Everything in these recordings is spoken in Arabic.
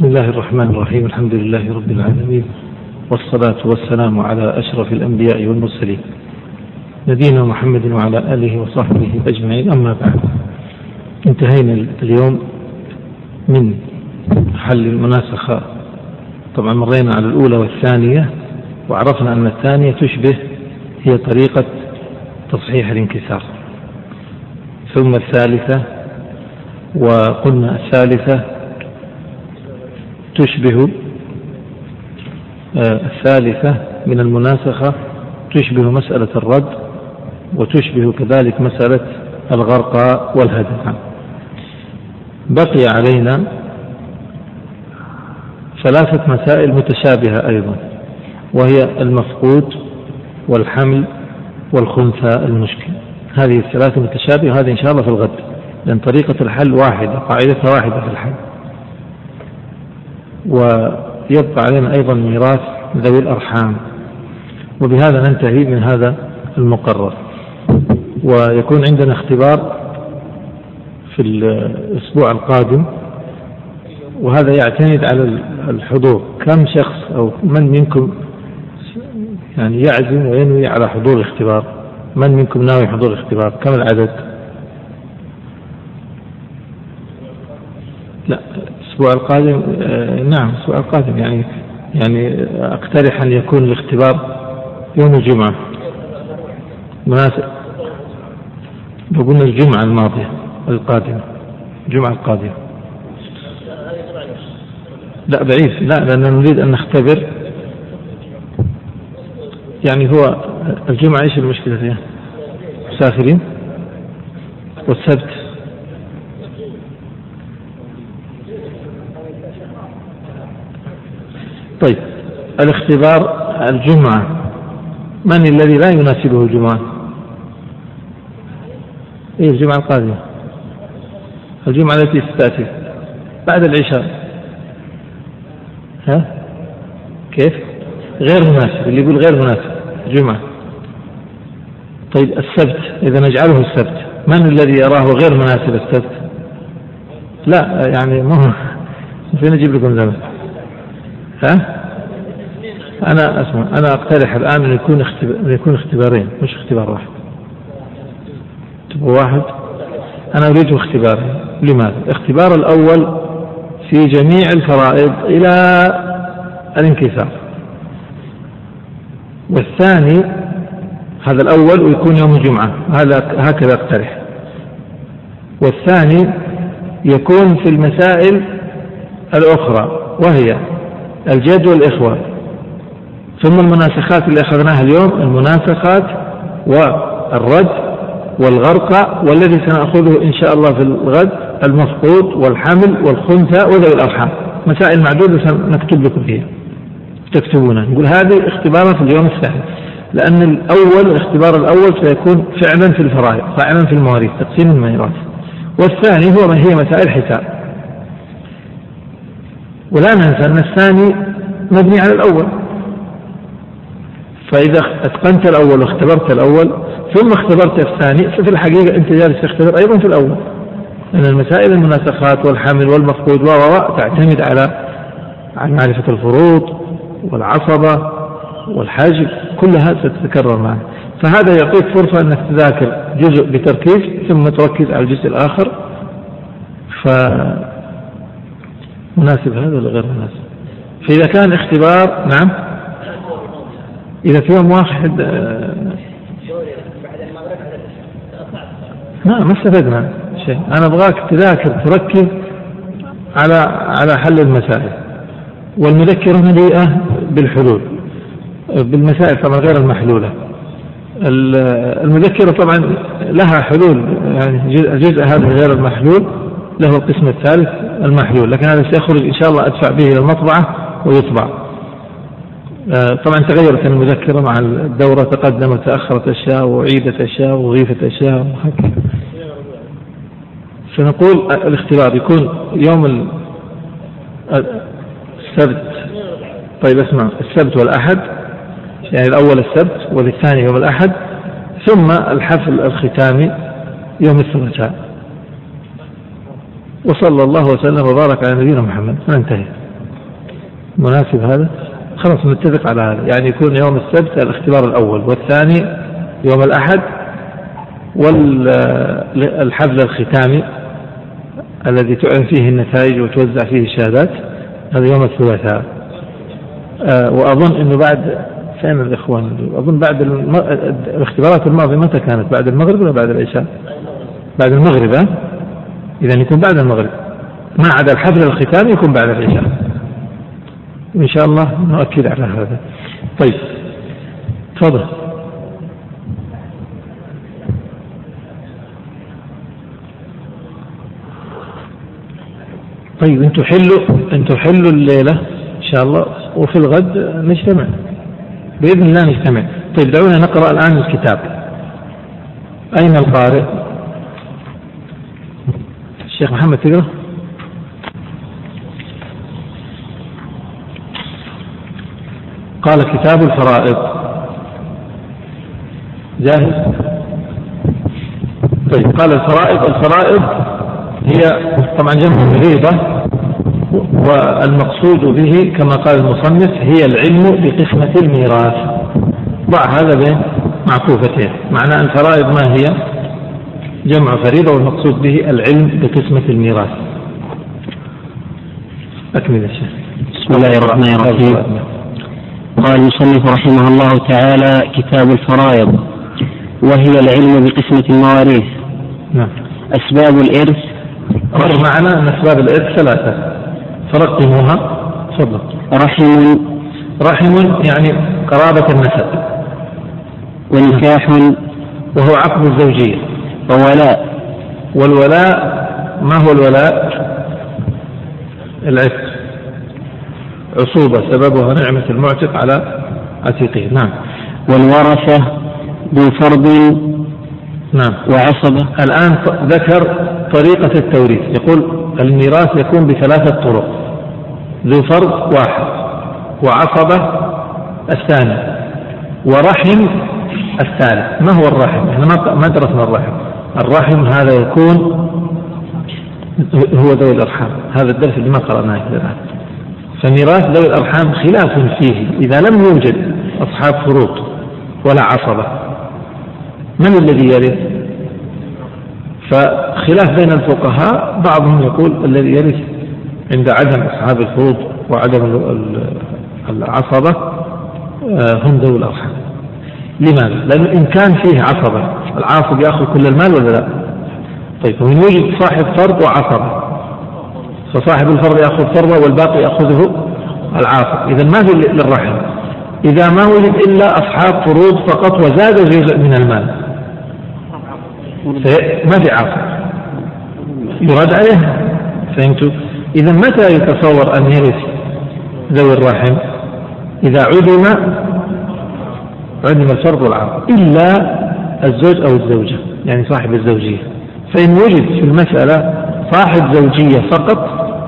بسم الله الرحمن الرحيم. الحمد لله رب العالمين، والصلاة والسلام على أشرف الأنبياء والمرسلين نبينا محمد وعلى آله وصحبه أجمعين. أما بعد، انتهينا اليوم من حل المناسخة. طبعا مرينا على الأولى والثانية، وعرفنا أن الثانية تشبه، هي طريقة تصحيح الانكسار، ثم الثالثة، وقلنا الثالثة تشبه الثالثة من المناسخة تشبه مسألة الرد، وتشبه كذلك مسألة الغرق والهدم. بقي علينا ثلاثة مسائل متشابهة أيضا، وهي المفقود والحمل والخنثى المشكل. هذه الثلاثة متشابهة، هذه إن شاء الله في الغد، لأن طريقة الحل واحدة، قاعدتها واحدة في الحل. ويبقى علينا أيضا ميراث ذوي الأرحام، وبهذا ننتهي من هذا المقرر. ويكون عندنا اختبار في الأسبوع القادم، وهذا يعتمد على الحضور. كم شخص أو من منكم يعني يعزم وينوي على حضور الاختبار؟ من منكم ناوي حضور الاختبار؟ كم العدد؟ لا، الأسبوع القادم. نعم، الأسبوع القادم. يعني أقترح أن يكون الاختبار يوم الجمعة مناسب. لو قلنا الجمعة الماضية القادمة، الجمعة القادمة. لا بعيد، لا، لأننا نريد أن نختبر. يعني هو الجمعة إيش المشكلة فيها؟ مسافرين. والسبت طيب، الاختبار الجمعة، من الذي لا يناسبه الجمعة؟ إيه الجمعة القادمة، الجمعة التي ستأتي بعد العشاء. ها كيف؟ غير مناسب، اللي يقول غير مناسب جمعة. طيب السبت، إذا نجعله السبت، من الذي يراه غير مناسب السبت؟ لا يعني ما فين نجيب لكم زمن. ها أنا أسمع، أنا أقترح الآن أن يكون اختبارين مش اختبار واحد. تبغى واحد؟ أنا أريد اختبارين. لماذا؟ الاختبار الأول في جميع الفرائض إلى الانكسار، والثاني هذا الأول ويكون يوم الجمعة، هكذا اقترح. والثاني يكون في المسائل الأخرى، وهي الجد والإخوة، ثم المناسخات اللي أخذناها اليوم، المناسخات والرد والغرق، والذي سنأخذه إن شاء الله في الغد المفقود والحمل والخنثى وذوي الأرحام. مسائل معدودة سنكتب لكم فيها، تكتبونها. نقول هذه اختبارها في اليوم الثاني، لأن الاختبار الأول سيكون فعلا في الفرائض، فعلا في المواريث، تقسيم الميراث. والثاني هي مسائل حساب. ولا ننسى أن الثاني مبني على الأول، فإذا اتقنت الأول واختبرت الأول ثم اختبرت الثاني، ففي الحقيقة أنت جالس تختبر أيضا في الأول، لأن المسائل المناسخات والحمل والمفقود تعتمد على معرفة الفروض والعصبة والحاجب، كلها ستتكرر معك. فهذا يعطيك فرصة أنك تذاكر جزء بتركيز ثم تركز على الجزء الآخر. فمناسب هذا ولا غير مناسب؟ فإذا كان اختبار، نعم، إذا في يوم واحد ما استفدنا شيء. أنا أبغاك تذاكر، تركز على حل المسائل، والمذكرة مليئة بالحلول، بالمسائل طبعا غير المحلولة. المذكرة طبعا لها حلول، يعني الجزء هذا غير المحلول له القسم الثالث المحلول، لكن هذا سيخرج إن شاء الله أدفع به إلى المطبعة ويطبع. طبعا تغيرت المذكرة مع الدورة، تقدمت تأخرت أشياء وعيدت أشياء وضيفت أشياء وهكذا. سنقول الاختبار يكون يوم السبت. طيب اسمع، السبت والأحد، يعني الأول السبت والثاني يوم الأحد، ثم الحفل الختامي يوم الثلاثاء. وصلى الله وسلم وبارك على نبينا محمد. ننتهي. مناسب هذا؟ خلاص نتفق على هذا، يعني يكون يوم السبت الاختبار الأول، والثاني يوم الأحد، والحفل الختامي الذي تعلن فيه النتائج وتوزع فيه الشهادات هذا يوم الثلاثاء. وأظن أنه بعد فين الإخوان؟ أظن بعد الاختبارات الماضية متى كانت؟ بعد المغرب ولا بعد العشاء؟ بعد المغرب. إذا يكون بعد المغرب، ما عدا الحفل الختامي يكون بعد العشاء إن شاء الله. نؤكد على هذا. طيب تفضل. طيب انتوا حلوا الليلة إن شاء الله، وفي الغد نجتمع بإذن الله نجتمع. طيب دعونا نقرأ الآن الكتاب. أين القارئ؟ الشيخ محمد تقرأ. قال كتاب الفرائض. جاهز؟ طيب قال الفرائض هي طبعا جمع فريضة، والمقصود به كما قال المصنف هي العلم بقسمة الميراث. ضع هذا بين معكوفتين، معنى الفرائض ما هي؟ جمع فريضة، والمقصود به العلم بقسمة الميراث. أكمل الشيخ. بسم الله الرحمن الرحيم. قال المصنف رحمه الله تعالى: كتاب الفرائض، وهي العلم بقسمة المواريث. نعم. أسباب الإرث. معنا أن أسباب الإرث ثلاثة، فرقموها. تفضل. رحم يعني قرابة النسب، ونكاح وهو عقد الزوجية، وولاء. والولاء ما هو الولاء؟ العتق، عصوبة سببها نعمة المعتق على عتيقه. نعم. والورثة ذو فرض. نعم. وعصبة. الآن ذكر طريقة التوريث، يقول الميراث يكون بثلاثة طرق: ذو فرض واحد، وعصبة الثاني، ورحم الثالث. ما هو الرحم؟ احنا ما درسنا الرحم. الرحم هذا يكون هو ذوي الأرحام، هذا الدرس اللي ما قرأناه الآن. فميراث ذوي الأرحام خلاف فيه، إذا لم يوجد أصحاب فروض ولا عصبة من الذي يرث؟ فخلاف بين الفقهاء، بعضهم يقول الذي يرث عند عدم أصحاب الفروض وعدم العصبة هم ذوي الأرحام. لماذا؟ لأن إن كان فيه عصبة العاصب يأخذ كل المال ولا لا؟ طيب ومن وجد صاحب فرض وعصبة، فصاحب الفرض يأخذ فرضه والباقي يأخذه العاصب، إذا ما في للرحم. إذا ما وجد إلا أصحاب فروض فقط وزاد جزء من المال ما في عاصب يرد عليه. فهمتوا؟ إذا متى يتصور أن يرث ذوي الرحم؟ إذا عدم الفرض والعاصب إلا الزوج أو الزوجة، يعني صاحب الزوجية. فإن وجد في المسألة صاحب زوجية فقط،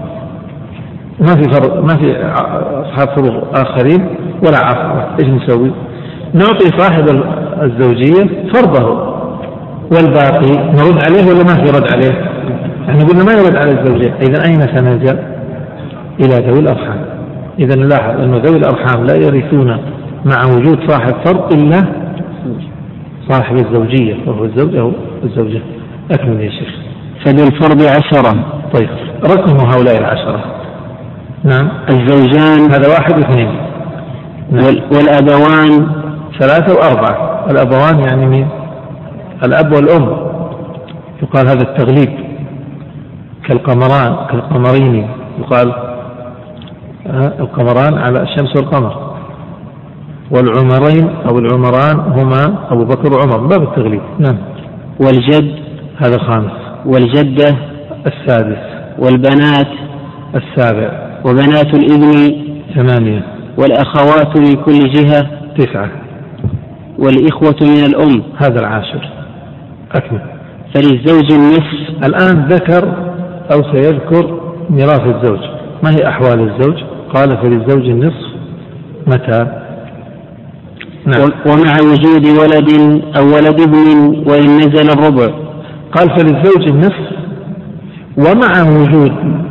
ما في أصحاب فروض آخرين ولا عاصبة، إيش نسوي؟ نعطي صاحب الزوجية فرضه والباقي نرد عليه ولا ما في رد عليه؟ احنا قلنا ما يرد على الزوجية. إذا أين سنلجأ؟ إلى ذوي الأرحام. إذا نلاحظ أن ذوي الأرحام لا يرثون مع وجود صاحب فرض إلا صاحب الزوجية، وهو الزوج أو الزوجة. أكمل يا شيخ. فذو الفرض 10. طيب رقم هؤلاء 10. نعم. الزوجان هذا 1 و2. نعم. والأبوان 3 و4. الأبوان يعني مين؟ الأب والأم، يقال هذا التغليب، كالقمرين يقال القمران على الشمس والقمر. والعمرين أو العمران هما أبو بكر وعمر، باب التغليب. نعم. والجد هذا 5. والجدة 6. والبنات 7. وبنات الابن 8. والأخوات من كل جهة 9. والإخوة من الأم هذا 10. أكمل. فللزوج النصف. الآن ذكر أو سيذكر ميراث الزوج. ما هي أحوال الزوج؟ قال فللزوج النصف متى؟ نعم. ومع وجود ولد أو ولد ابن وإن نزل الربع. قال فللزوج النصف ومع وجود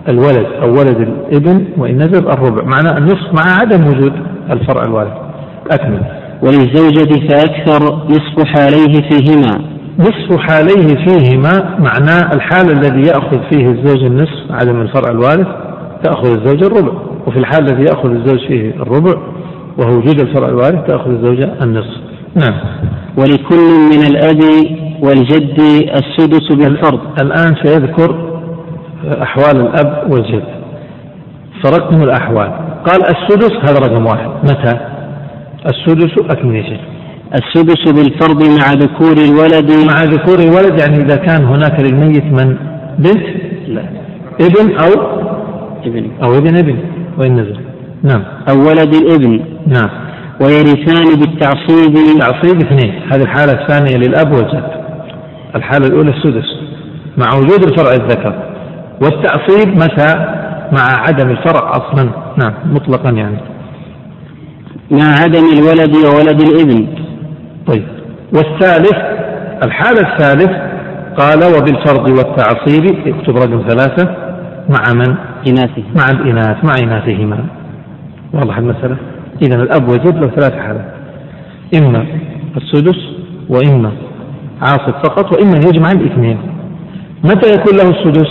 الولد أو ولد الابن وإن نزل الربع، معنى النصف مع عدم وجود الفرع الوارث. أكمل. وللزوجة فأكثر نصف حاليه فيهما. نصف حاليه فيهما معناه الحال الذي يأخذ فيه الزوج النصف عدم الفرع الوارث تأخذ الزوجة الربع، وفي الحال الذي يأخذ الزوج فيه الربع وهو وجود الفرع الوارث تأخذ الزوجة النصف. نعم. ولكل من الأب والجد السدس بالفرض. الآن سيذكر أحوال الأب والجد، فرقم الأحوال. قال السدس هذا رقم واحد. متى السدس؟ أكمل يا شيخ. السدس بالفرض مع ذكور الولد. مع ذكور الولد يعني إذا كان هناك للميت من بنت لا ابن أو ابن وإن نزل. نعم. أو ولد الابن. نعم. ويرثان بالتعصيب. تعصيب اثنين، هذه الحالة الثانية للأب والجد. الحالة الأولى السدس مع وجود الفرع الذكر، والتعصيب متى؟ مع عدم الفرع أصلا. نعم مطلقا يعني. مع عدم الولد وولد الابن. طيب. والثالث الحالة الثالث قال وبالفرض والتعصيب، اكتب رقم 3 مع من؟ إناثه. مع الإناث مع إناثهما. واضح المسألة؟ إذن الأب والجد له 3 حالات، إما السدس وإما عاصب فقط وإما يجمع الاثنين. متى يكون له السدس؟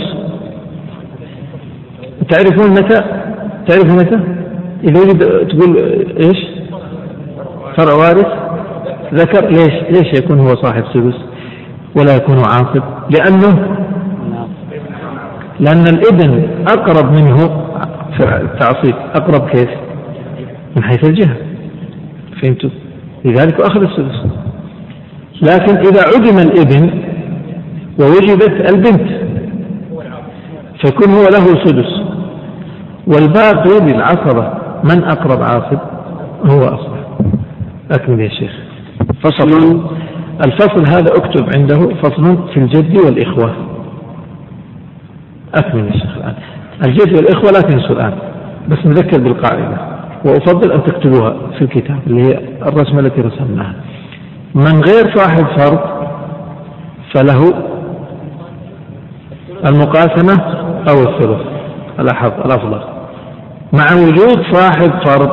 تعرفون متى؟ إذا وجد تقول إيش؟ فرع وارث ذكر. ليش يكون هو صاحب سدس ولا يكون عاصب؟ لأن الابن أقرب منه في التعصيب. أقرب كيف؟ من حيث الجهة. فهمتوا؟ لذلك أخذ السدس. لكن إذا عدم الابن ووجدت البنت فيكون هو له سدس، والباقي للعصبة. من أقرب عاصب؟ هو أصلا. أكمل يا شيخ. فصل. الفصل هذا اكتب عنده فصل في الجد والإخوة. أكمل يا شيخ. الآن الجد والإخوة لا تنسوا الآن، بس نذكر بالقاعدة، وأفضل أن تكتبوها في الكتاب اللي هي الرسمة التي رسمناها. من غير صاحب فرض فله المقاسمة أو الثلث الأفضل، مع وجود صاحب فرض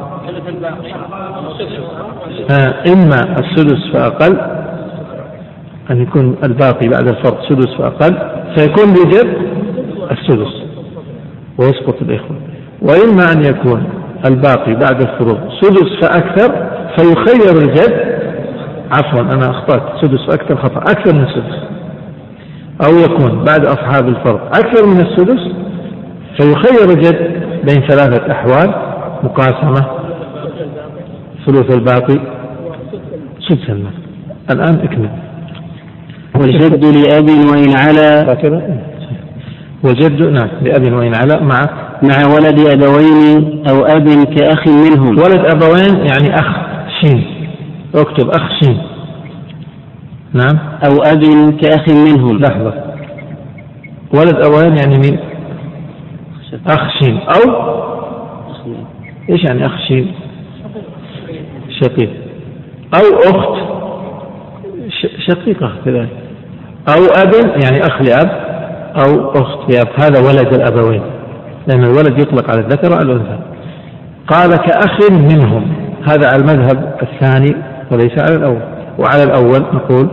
إما السدس فأقل، أن يكون الباقي بعد الفرض سدس فأقل فيكون بجد السدس ويسقط الإخوة، وإما أن يكون الباقي بعد الفروض سدس فأكثر فيخير الجد. عفوا أنا أخطأت، سدس فأكثر خطأ، أكثر من السدس. أو يكون بعد أصحاب الفرض أكثر من السدس فيخير الجد بين 3 أحوال: مقاسمة، ثلث الباقي، سدس المال. الآن اكمل. والجد لأب وإن علا. والجد نعم لأب وإن علا مع ولد أبوين أو أب كأخ منهم. ولد أبوين يعني أخ شين، اكتب أخ شين. نعم. أو أب كأخ منهم. لحظة، ولد أبوين يعني مين؟ أخ شين. أو إيش يعني أخ شين؟ شقيق. أو أخت شقيقة كذلك. أو أب يعني أخ لأب أو أخت لأب، هذا ولد الأبوين، لأن الولد يطلق على الذكر وعلى الأنثى. قال كأخ منهم، هذا على المذهب الثاني وليس على الأول. وعلى الأول نقول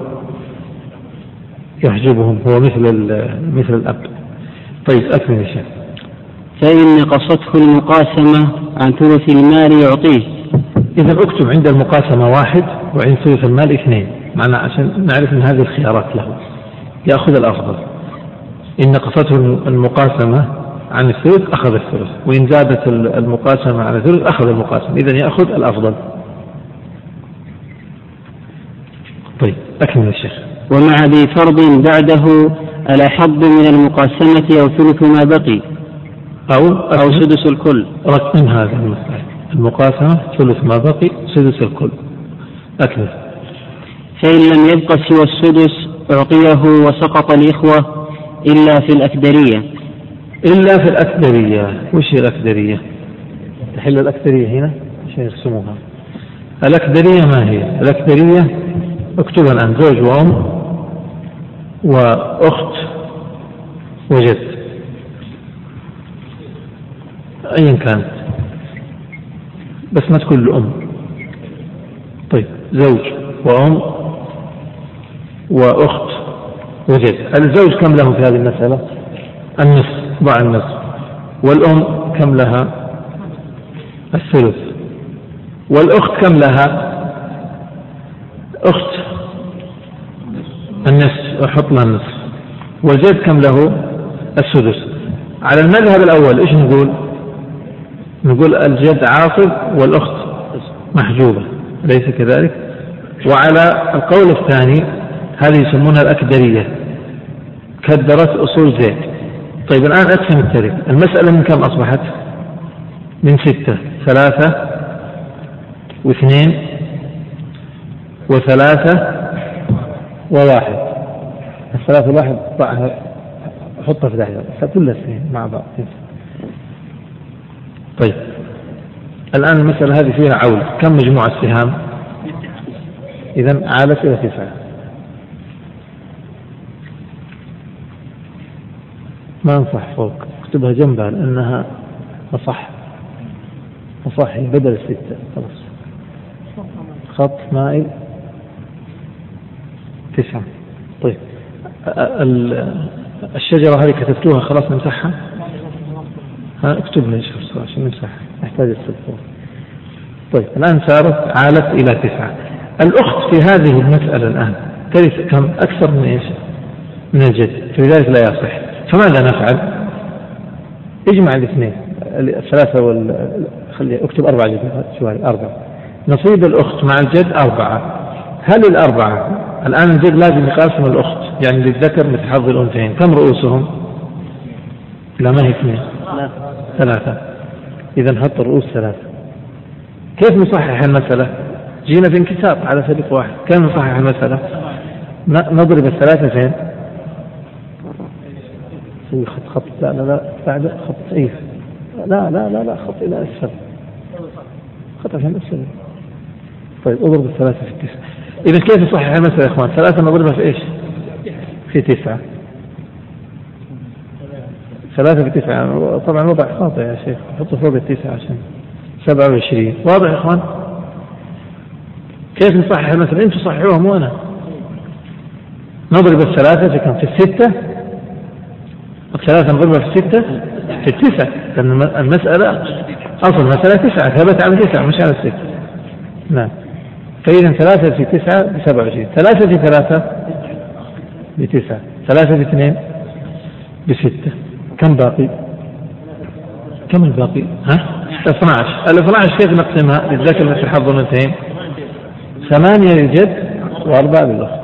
يحجبهم، هو مثل الأب. طيب أكمل يا شيخ. فإن نقصته المقاسمة عن ثلث المال يعطيه. إذا اكتب عند المقاسمة 1 وعند ثلث المال 2، معنى عشان نعرف من هذه الخيارات له يأخذ الأفضل. إن نقصته المقاسمة عن الثلث أخذ الثلث، وإن زادت المقاسمة عن الثلث أخذ المقاسمة، إذن يأخذ الأفضل. طيب أكمل الشيخ. ومع ذي فرض بعده على حظ من المقاسمة أو ثلث ما بقي أو سدس الكل. رقم هذا المسألة، المقاسمة ثلث ما بقي سدس الكل. أكمل. فإن لم يبق سوى السدس أعطيه وسقط الإخوة إلا في الأكدرية. إلا في الأكدرية. وش هي الأكدرية؟ تحل الأكدرية هنا عشان يرسموها. الأكدرية ما هي؟ الأكدرية اكتبها الآن: زوج وأم وأخت وجد. أيا كانت بس ما تكون الأم. طيب زوج وأم وأخت وجد. الزوج كم له في هذه المسألة؟ النصف، ضع النصف. والأم كم لها؟ الثلث. والأخت كم لها؟ أخت النصف، أحط لها النصف. والجد كم له؟ السدس. على المذهب الأول إيش نقول؟ نقول الجد عاصب والأخت محجوبة، أليس كذلك؟ وعلى القول الثاني هذه يسمونها الأكدرية، كدرت أصول زيد. طيب الآن أقسم الترك. المسألة من كم أصبحت؟ من 6، 3 و2 و3 و1. 3 و1 ضعها، حطها في داحية كلها 2 مع بعض. طيب الآن المسألة هذه فيها عول. كم مجموع السهام؟ إذن عالت إلى 9. ما انصح فوق، اكتبها جنبها لأنها أصح بدل 6. خلاص خط مائل 9. طيب الشجرة هذه كتبتوها خلاص نمسحها؟ اكتبها يا شيخ عشان نمسحها، نحتاج السبورة. طيب الآن صارت عالت إلى 9. الأخت في هذه المسألة الآن ترث كم؟ أكثر من إيش؟ من الجد، فلذلك لا يصح. فماذا نفعل؟ اجمع الاثنين، 3 خلي اكتب 4 جد شوي 4. نصيب الأخت مع الجد 4. هل 4 الآن الجد لازم يقاسم الأخت، يعني للذكر مثل حظ الأنثيين، كم رؤوسهم؟ لا ما هي 2 3. إذا نحط الرؤوس 3. كيف نصحح المسألة؟ جينا في انكسار على سبيل واحد. كيف نصحح المسألة؟ نضرب 3 فين؟ في خط لا بعد خط ايه لا خط الى اسفل، خط عشان اسفل. طيب اضرب 3 في 9. اذا كيف نصحح المسألة يا اخوان؟ 3 نضربها في ايش؟ في 9. 3 في 9 طبعا وضع خاطئ يا شيخ، حطوا فوق 9 عشان 27. واضح يا اخوان؟ كيف نصحح المسألة؟ انتم صححوها مو انا. نضرب 3 في كم؟ في 6. 3 نضربها في 6 في 9، لأن المسألة أصل مسألة 9 ثبت على 9 مش على 6. نعم. فإذا 3 في 9 ب 27. 3 في 3 ب 9. 3 في 2 ب 6. كم باقي؟ كم الباقي؟ 12. 12 كيف نقسمها؟ للذكر مثل حظ الأنثيين 8 للجد و4 للأخت.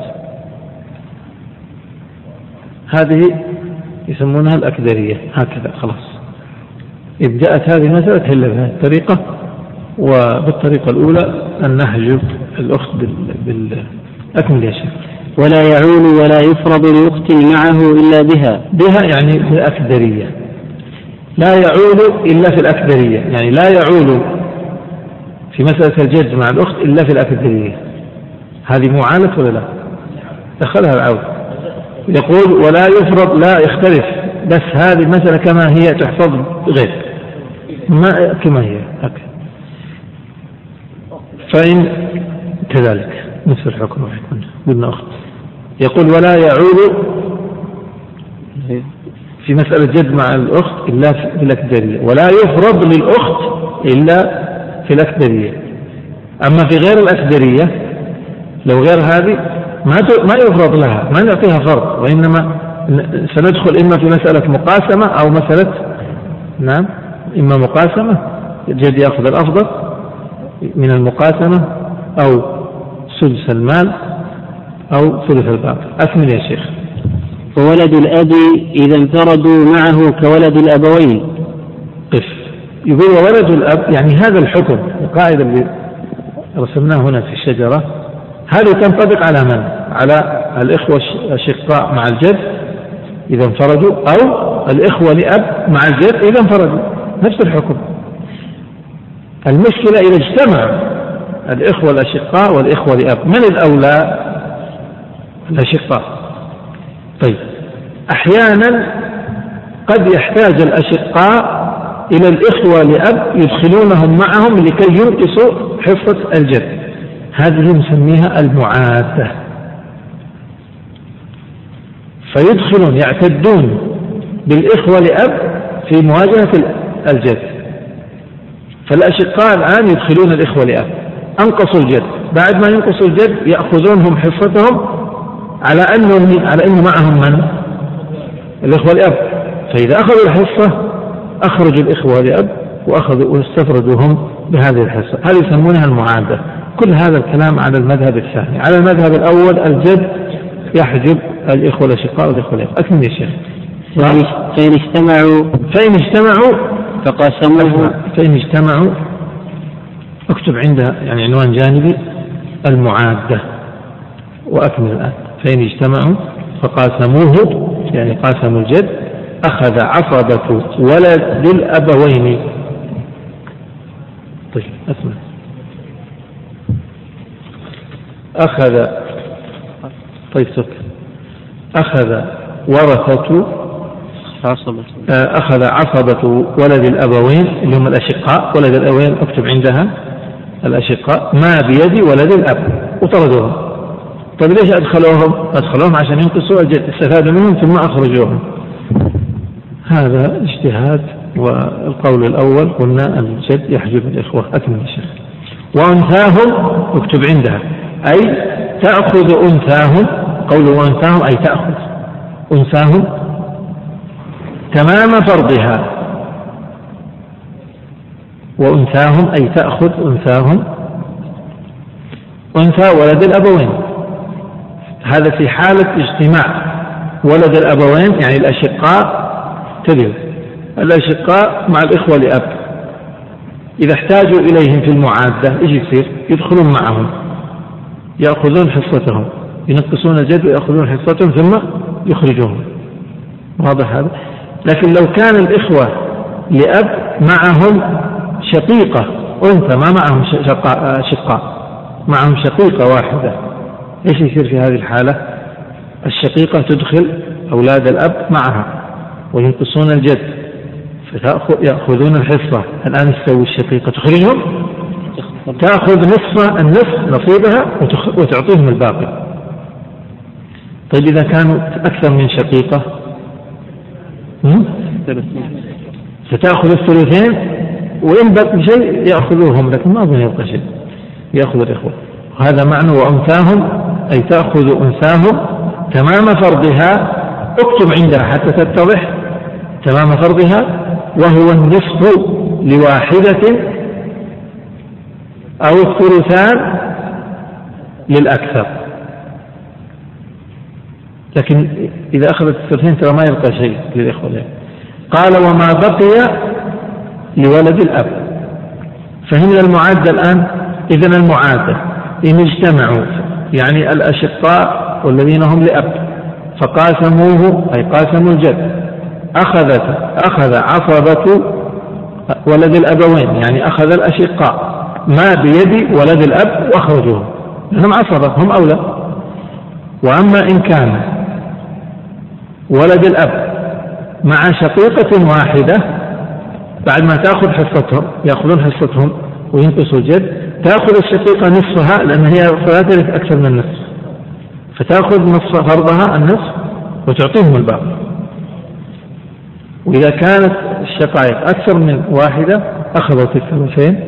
هذه يسمونها الأكدرية. هكذا خلاص. إذ جاءت هذه المسألة تحل بهذه الطريقة، وبالطريقة الأولى أن نحجب الأخت أكمل يا شيخ. ولا يعول ولا يفرض لأخت معه إلا بها يعني بالأكدرية. لا يعول إلا في الأكدرية، يعني لا يعول في مسألة الجد مع الأخت إلا في الأكدرية. هذه معانة ولا لا؟ دخلها العول. يقول ولا يفرض، لا يختلف، بس هذه المسألة كما هي تحفظ غير ما كما هي هكذا. فإن كذلك نفس الحكم قلنا أخت. يقول ولا يعول في مسألة جد مع الأخت إلا في الأكدرية، ولا يفرض للأخت إلا في الأكدرية. أما في غير الأكدرية لو غير هذه ما يفرض لها، ما نعطيها فرض، وإنما سندخل إما في مسألة مقاسمة أو مسألة نعم إما مقاسمة الجد يأخذ الأفضل من المقاسمة، أو سدس المال، أو ثلث الباقي. أكمل يا شيخ. وولد الأب إذا انفردوا معه كولد الأبوين. قف. يقول وولد الأب، يعني هذا الحكم القاعدة اللي رسمناه هنا في الشجرة هذه تنطبق على من؟ على الإخوة الشقاء مع الجد إذا انفردوا، أو الإخوة لأب مع الجد إذا انفردوا، نفس الحكم. المشكلة إذا اجتمع الإخوة الأشقاء والإخوة لأب، من الأولى؟ الأشقاء. طيب أحيانا قد يحتاج الأشقاء إلى الإخوة لأب يدخلونهم معهم لكي ينقصوا حصة الجد. هذه نسميها المعادة. فيدخلون يعتدون بالإخوة لأب في مواجهة الجد. فالأشقاء الآن يدخلون الإخوة لأب، أنقصوا الجد، بعد ما ينقصوا الجد يأخذونهم حصتهم على أنه معهم من؟ الإخوة لأب. فإذا أخذوا الحصة أخرجوا الإخوة لأب واستفردوهم بهذه الحصة. هذه يسمونها المعادة. كل هذا الكلام على المذهب الثاني. على المذهب الأول الجد يحجب الإخوة الأشقاء والإخوة لأب. أكمل يا شيخ. فإن اجتمعوا فقاسموه. فإن اجتمعوا اكتب عندها يعني عنوان جانبي المعادة وأكمل الآن. فإن اجتمعوا فقاسموه يعني قاسموا الجد أخذ عصبة ولد الأبوين. طيب أسمع. أخذ ورثة أخذ عصبة ولد الأبوين اللي هم الأشقاء. ولد الأبوين اكتب عندها الأشقاء ما بيد ولد الأب وطردوهم. طيب ليش أدخلوهم عشان ينقصوا الجد، استفادوا منهم ثم أخرجوهم. هذا اجتهاد. والقول الأول قلنا الجد يحجب الإخوة. أكمل الشيخ. وأنثاهم اكتب عندها أي تأخذ أنثاهم. قول وأنثاهم أي تأخذ أنثاهم تمام فرضها. وأنثاهم أي تأخذ أنثاهم أنثى ولد الأبوين. هذا في حالة اجتماع ولد الأبوين يعني الأشقاء. تبين الأشقاء مع الإخوة لأب إذا احتاجوا إليهم في المعادة إيش يصير؟ يدخلون معهم يأخذون حصتهم، ينقصون الجد ويأخذون حصتهم ثم يخرجون. واضح هذا؟ لكن لو كان الإخوة لأب معهم شقيقة أنثى ما معهم شقاء معهم شقيقة واحدة، إيش يصير في هذه الحالة؟ الشقيقة تدخل أولاد الأب معها وينقصون الجد فيأخذون الحصة. الآن تسوي الشقيقة تخرجهم تأخذ النصف نصيبها وتعطيهم الباقي. طيب إذا كانوا أكثر من شقيقة ستأخذ الثلثين وإن بقي شيء يأخذوهم، لكن ما أظن يبقى شيء يأخذ الإخوة. وهذا معنى وأنثاهم أي تأخذ أنثاهم تمام فرضها. اكتب عندها حتى تتضح تمام فرضها وهو النصف لواحدة أو الثلثان للأكثر. لكن إذا أخذت الثلثين ترى ما يبقى شيء للإخوة. قال وما بقي لولد الأب. فهمنا المعادة الآن. إذن المعادة إن اجتمعوا يعني الأشقاء والذين هم لأب فقاسموه أي قاسموا الجد أخذ عصبة ولد الأبوين يعني أخذ الأشقاء ما بيد ولد الأب وأخرجوه لأنهم عصبة هم أولى. وأما إن كان ولد الأب مع شقيقة واحدة بعد ما تأخذ حصتهم يأخذون حصتهم وينقصوا الجد تأخذ الشقيقة نصفها لأن هي لا ترث أكثر من النصف فتأخذ نصف فرضها النصف وتعطيهم الباقي. وإذا كانت الشقائق أكثر من واحدة أخذت الثلثين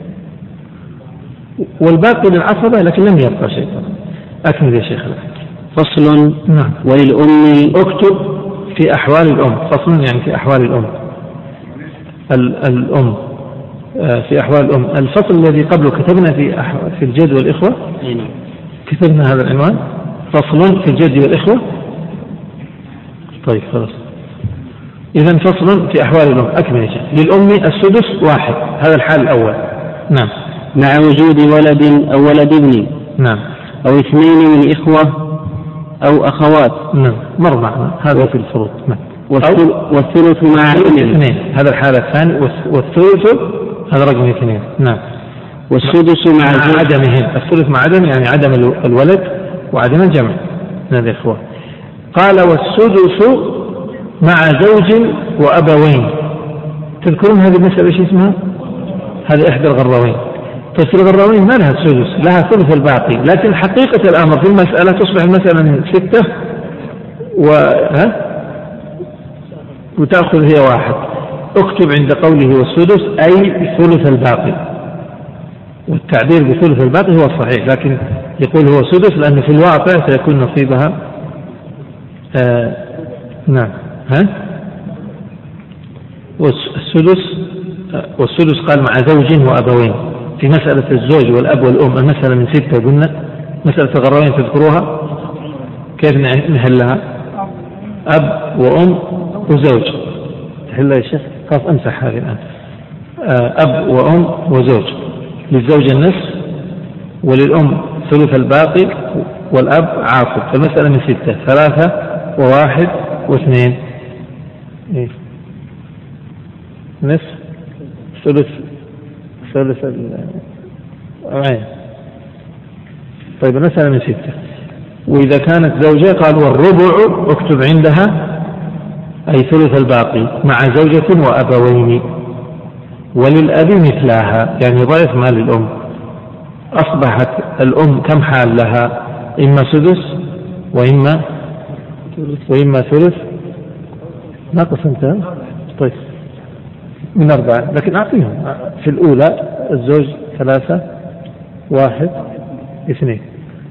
والباقي للعصبة لكن لم يبقى شيء. أكمل يا شيخ. فصل. نعم. وللأم اكتب في أحوال الأم. فصل يعني في أحوال الأم. الأم في أحوال الأم. الفصل الذي قبله كتبنا في الجد والإخوة. كتبنا هذا العنوان فصل في الجد والإخوة. طيب خلاص. إذن فصل في أحوال الأم. أكمل يا شيخ. للأم السدس واحد. هذا الحال الأول. نعم. مع وجود ولد أو ولد ابن. نعم. أو اثنين من إخوة أو أخوات. نعم. مر معنا هذا في الفروض. نعم. والثلث مع اثنين. هذا الحالة الثاني. والثلث هذا رقم اثنين. نعم. والسدس مع عدمهم. الثلث مع عدم يعني عدم الولد وعدم الجمع من الإخوة. قال والسدس مع زوج وأبوين. تذكرون هذه المسألة ايش اسمها؟ هذه إحدى الغراوين. تفسير الغراوين ما لها سدس، لها ثلث الباقي، لكن حقيقة الأمر في المسألة تصبح المسألة من 6 وتأخذ هي 1. اكتب عند قوله والسدس أي ثلث الباقي، والتعبير بثلث الباقي هو الصحيح، لكن يقول هو سدس لأنه في الواقع سيكون نصيبها نعم والسدس قال مع زوج وأبوين. في مسألة الزوج والأب والأم المسألة من 6 قلنا. مسألة الغراوين تذكروها كيف نحلها؟ أب وأم وزوج تحلها يا شيخ؟ خلاص أمسح هذه الآن. أب وأم وزوج، للزوج النصف وللأم ثلث الباقي والأب عاقب. فالمسألة من 6، 3 و1 و2 نصف ثلث العين. طيب المسألة من 6. وإذا كانت زوجة قال والربع اكتب عندها أي ثلث الباقي مع زوجة وأبوين. وللأب مثلها يعني ضعف ما للأم. أصبحت الأم كم حال لها؟ إما سدس وإما ثلث ناقص انت. طيب من 4، لكن أعطيهم في الأولى الزوج 3 1 2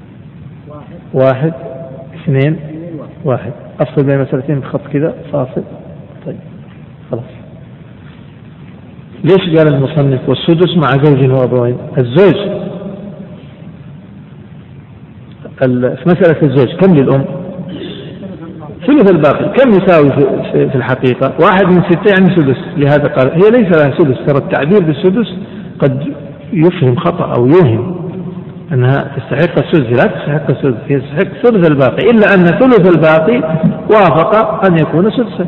1 2 1. أفصل بين مسألتين بخط كذا فاصل. طيب خلاص. ليش قال المصنف والسدس مع زوج وأبوين؟ الزوج في مسألة الزوج كم للأم؟ ثلث الباقي. كم يساوي في الحقيقة؟ 1 من 6 يعني سدس. لهذا قال هي ليس لها سدس. ترى التعبير بالسدس قد يفهم خطأ أو يوهم أنها تستحق السدس. لا تستحق السدس، هي تستحق ثلث الباقي، إلا أن ثلث الباقي وافق أن يكون سدسا.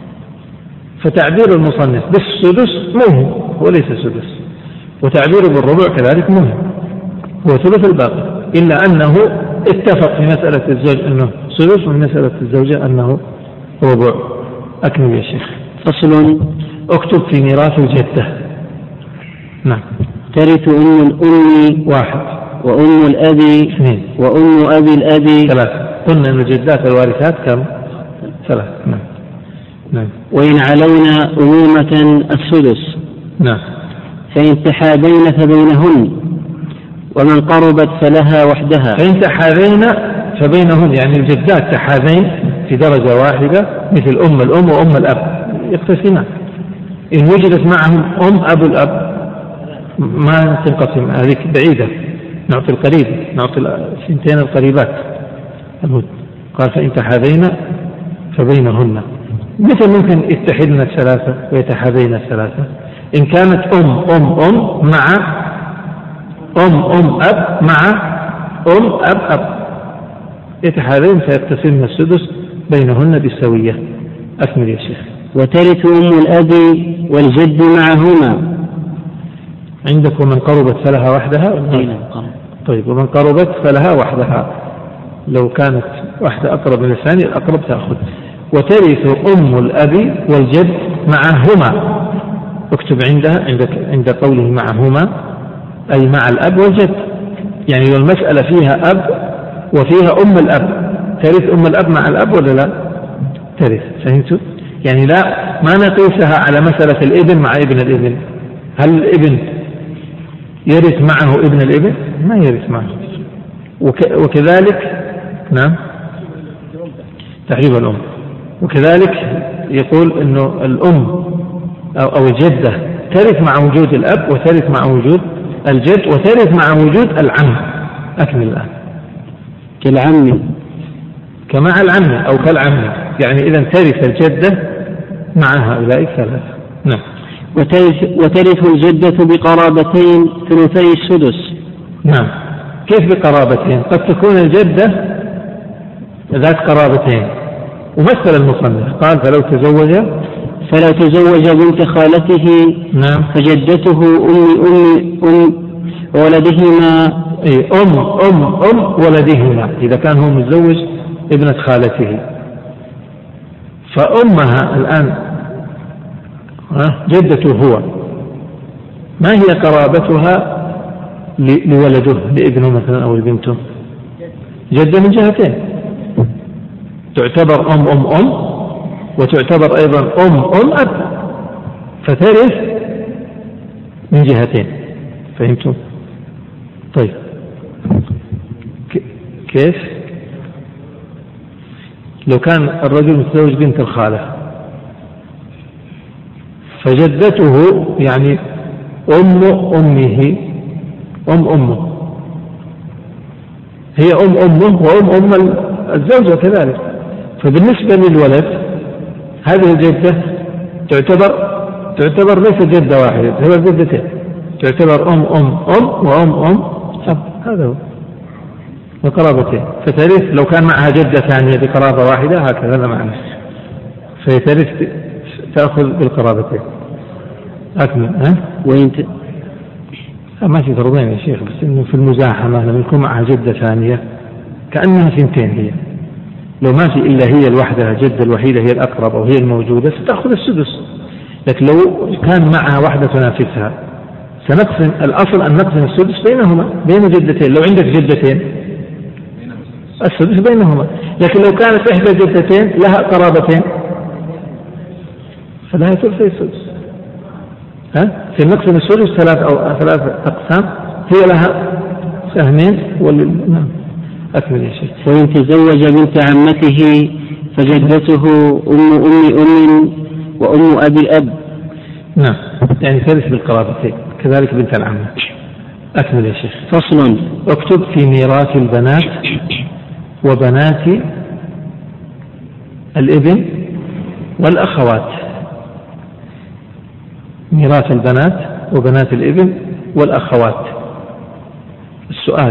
فتعبير المصنف بالسدس مهم وليس سدس، وتعبيره بالربع كذلك مهم هو ثلث الباقي، إلا أنه اتفق في مسألة الزوج أنه سدس وفي مسألة الزوجة أنه ربع. أكمل يا شيخ. فصل. اكتب في ميراث الجدة. نعم. ترث أم الأم 1 وأم الأب 2 وأم أبي الأب 3. قلنا أن الجدات الوارثات كم؟ 3. نعم. وإن علونا أمومة السدس. نعم. فإن تحابين فبينهن، ومن قربت فلها وحدها. فإن تحابين فبينهن يعني الجدات تحابين في درجة واحدة مثل الأم وأم الأب يقتسمان. إن وجدت معهم أبو الأب ما تنقسم، هذيك بعيدة، نعطي القريب، نعطي الثنتين القريبات. قال فإن تحابين فبينهن. مثل ممكن يتحدن 3 ويتحابين 3. إن كانت أم مع أم أب مع أب يتحابين فيقتسمن السدس بينهن بالسوية. أكمل يا شيخ. وترث أم الأب والجد معهما. عندك ومن قربت فلها وحدها. طيب ومن قربت فلها وحدها، لو كانت واحدة أقرب من الثانية الأقرب تأخذ. وترث أم الأب والجد معهما. اكتب عند قوله معهما أي مع الأب والجد. يعني لو المسألة فيها أب وفيها أم الأب ترث أم الأب مع الأب ولا لا؟ ترث. فهمتوا؟ يعني لا ما نقيسها على مسألة الابن مع ابن الابن. هل الابن يرث معه ابن الابن؟ ما يرث معه. وكذلك نعم تحريم الأم. وكذلك يقول إنه الأم أو الجدة ترث مع وجود الأب وترث مع وجود الجد وترث مع وجود العم. أكمل الآن. كالعم كمع العم أو كالعم، يعني إذا ترث الجدة مع هؤلاء 3. نعم. وترث الجدة بقرابتين ثلثي السدس. نعم. كيف بقرابتين؟ قد تكون الجدة ذات قرابتين. ومثل المصنف قال فلو تزوج بنت خالته. نعم. فجدته أم ولدهما. أم ولدهما إذا كان هو متزوج ابنة خالته. فأمها الآن جدته هو، ما هي قرابتها لولده لابنه مثلا أو لبنته؟ جدة من جهتين، تعتبر أم وتعتبر أيضا أم أب، فترث من جهتين. فهمتم؟ طيب كيف لو كان الرجل متزوج بنت الخالة فجدته يعني أمه هي أمه وأم الزوجة كذلك، فبالنسبة للولد هذه الجدة تعتبر ليس جدة واحدة، تعتبر جدتين، تعتبر أم وأم أب، هذا هو وقرابتين. فترث لو كان معها جدة ثانية بقرابة واحدة هكذا معنى، فيترث تأخذ بالقرابتين. أكمل. وإنت ما في فرضين يا شيخ، بس إنه في المزاحمة لما يكون معها جدة ثانية كأنها ثنتين هي، لو ما في إلا هي الوحدة الجدة الوحيدة هي الأقرب أو هي الموجودة ستأخذ السدس، لكن لو كان معها واحدة تنافسها سنقسم، الأصل أن نقسم السدس بينهما بين جدتين. لو عندك جدتين السدس بينهما، لكن لو كانت إحدى جدتين لها قرابتين فلها ثلثي السدس. في نقسم السدس ثلاث أقسام، هي لها سهمين نعم. أكمل يا شيخ. وإن تزوج بنت عمته فجدته أم وأم أبي الأب. نعم، يعني ثالث بالقرابتين كذلك بنت العمة. أكمل يا شيخ. فصل. اكتب في ميراث البنات وبنات الابن والأخوات. ميراث البنات وبنات الابن والأخوات. السؤال: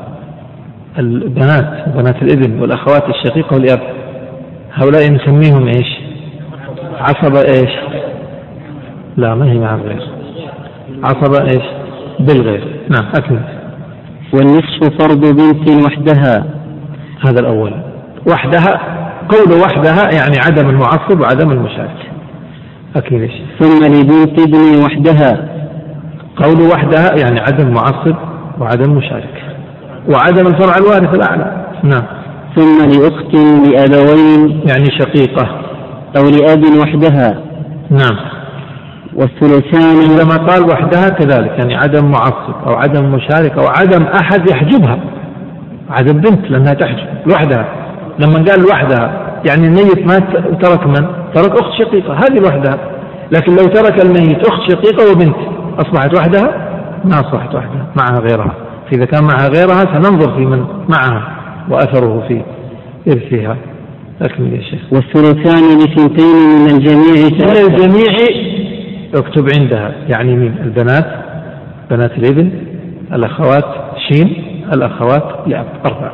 البنات وبنات الابن والأخوات الشقيقة والأب هؤلاء نسميهم إيش؟ عصبة إيش؟ لا، ما هي مع الغير، عصبة إيش؟ بالغير. نعم. أكمل. والنصف فرض بنت وحدها. هذا الأول. وحدها، قول وحدها يعني عدم المعصب وعدم المشارك. أكمل إيش؟ ثم لبنت ابن وحدها. قول وحدها يعني عدم معصب وعدم مشارك وعدم الفرع الوارث الأعلى. نعم. ثم لأخت لأبوين يعني شقيقة أو لأب وحدها. نعم. والثلثان عندما قال وحدها كذلك يعني عدم معصب أو عدم مشارك أو عدم أحد يحجبها، عدم بنت لأنها تحجب لوحدها. لما قال وحدها يعني الميت ما ترك من؟ ترك أخت شقيقة، هذه لوحدها. لكن لو ترك الميت أخت شقيقة وبنت أصبحت وحدها؟ ما أصبحت وحدها، معها غيرها. فإذا كان معها غيرها سننظر في من معها وأثره في إرثها. أكمل يا شيخ. والثلثان لثنتين من الجميع اكتب عندها يعني من البنات، بنات الابن، الأخوات شين، الأخوات لأب 4.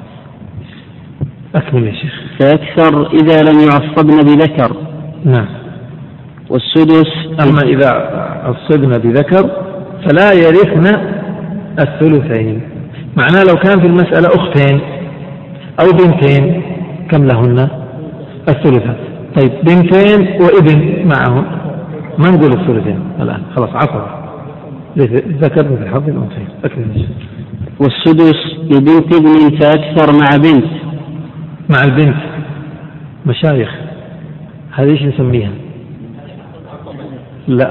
أكمل يا شيخ. فأكثر إذا لم يعصبن بذكر. نعم. والسدس. أما إذا عصبن بذكر فلا يرثن الثلثين. معناه لو كان في المسألة أختين أو بنتين كم لهن؟ الثلثان. طيب بنتين وابن معهم ما نقول الثلثين الآن، خلاص عصب ذكر مثل حظ الأنثيين. أكمل. والسدس لبنت ابن فأكثر مع بنت. مع البنت مشايخ، هذه ايش نسميها؟ لا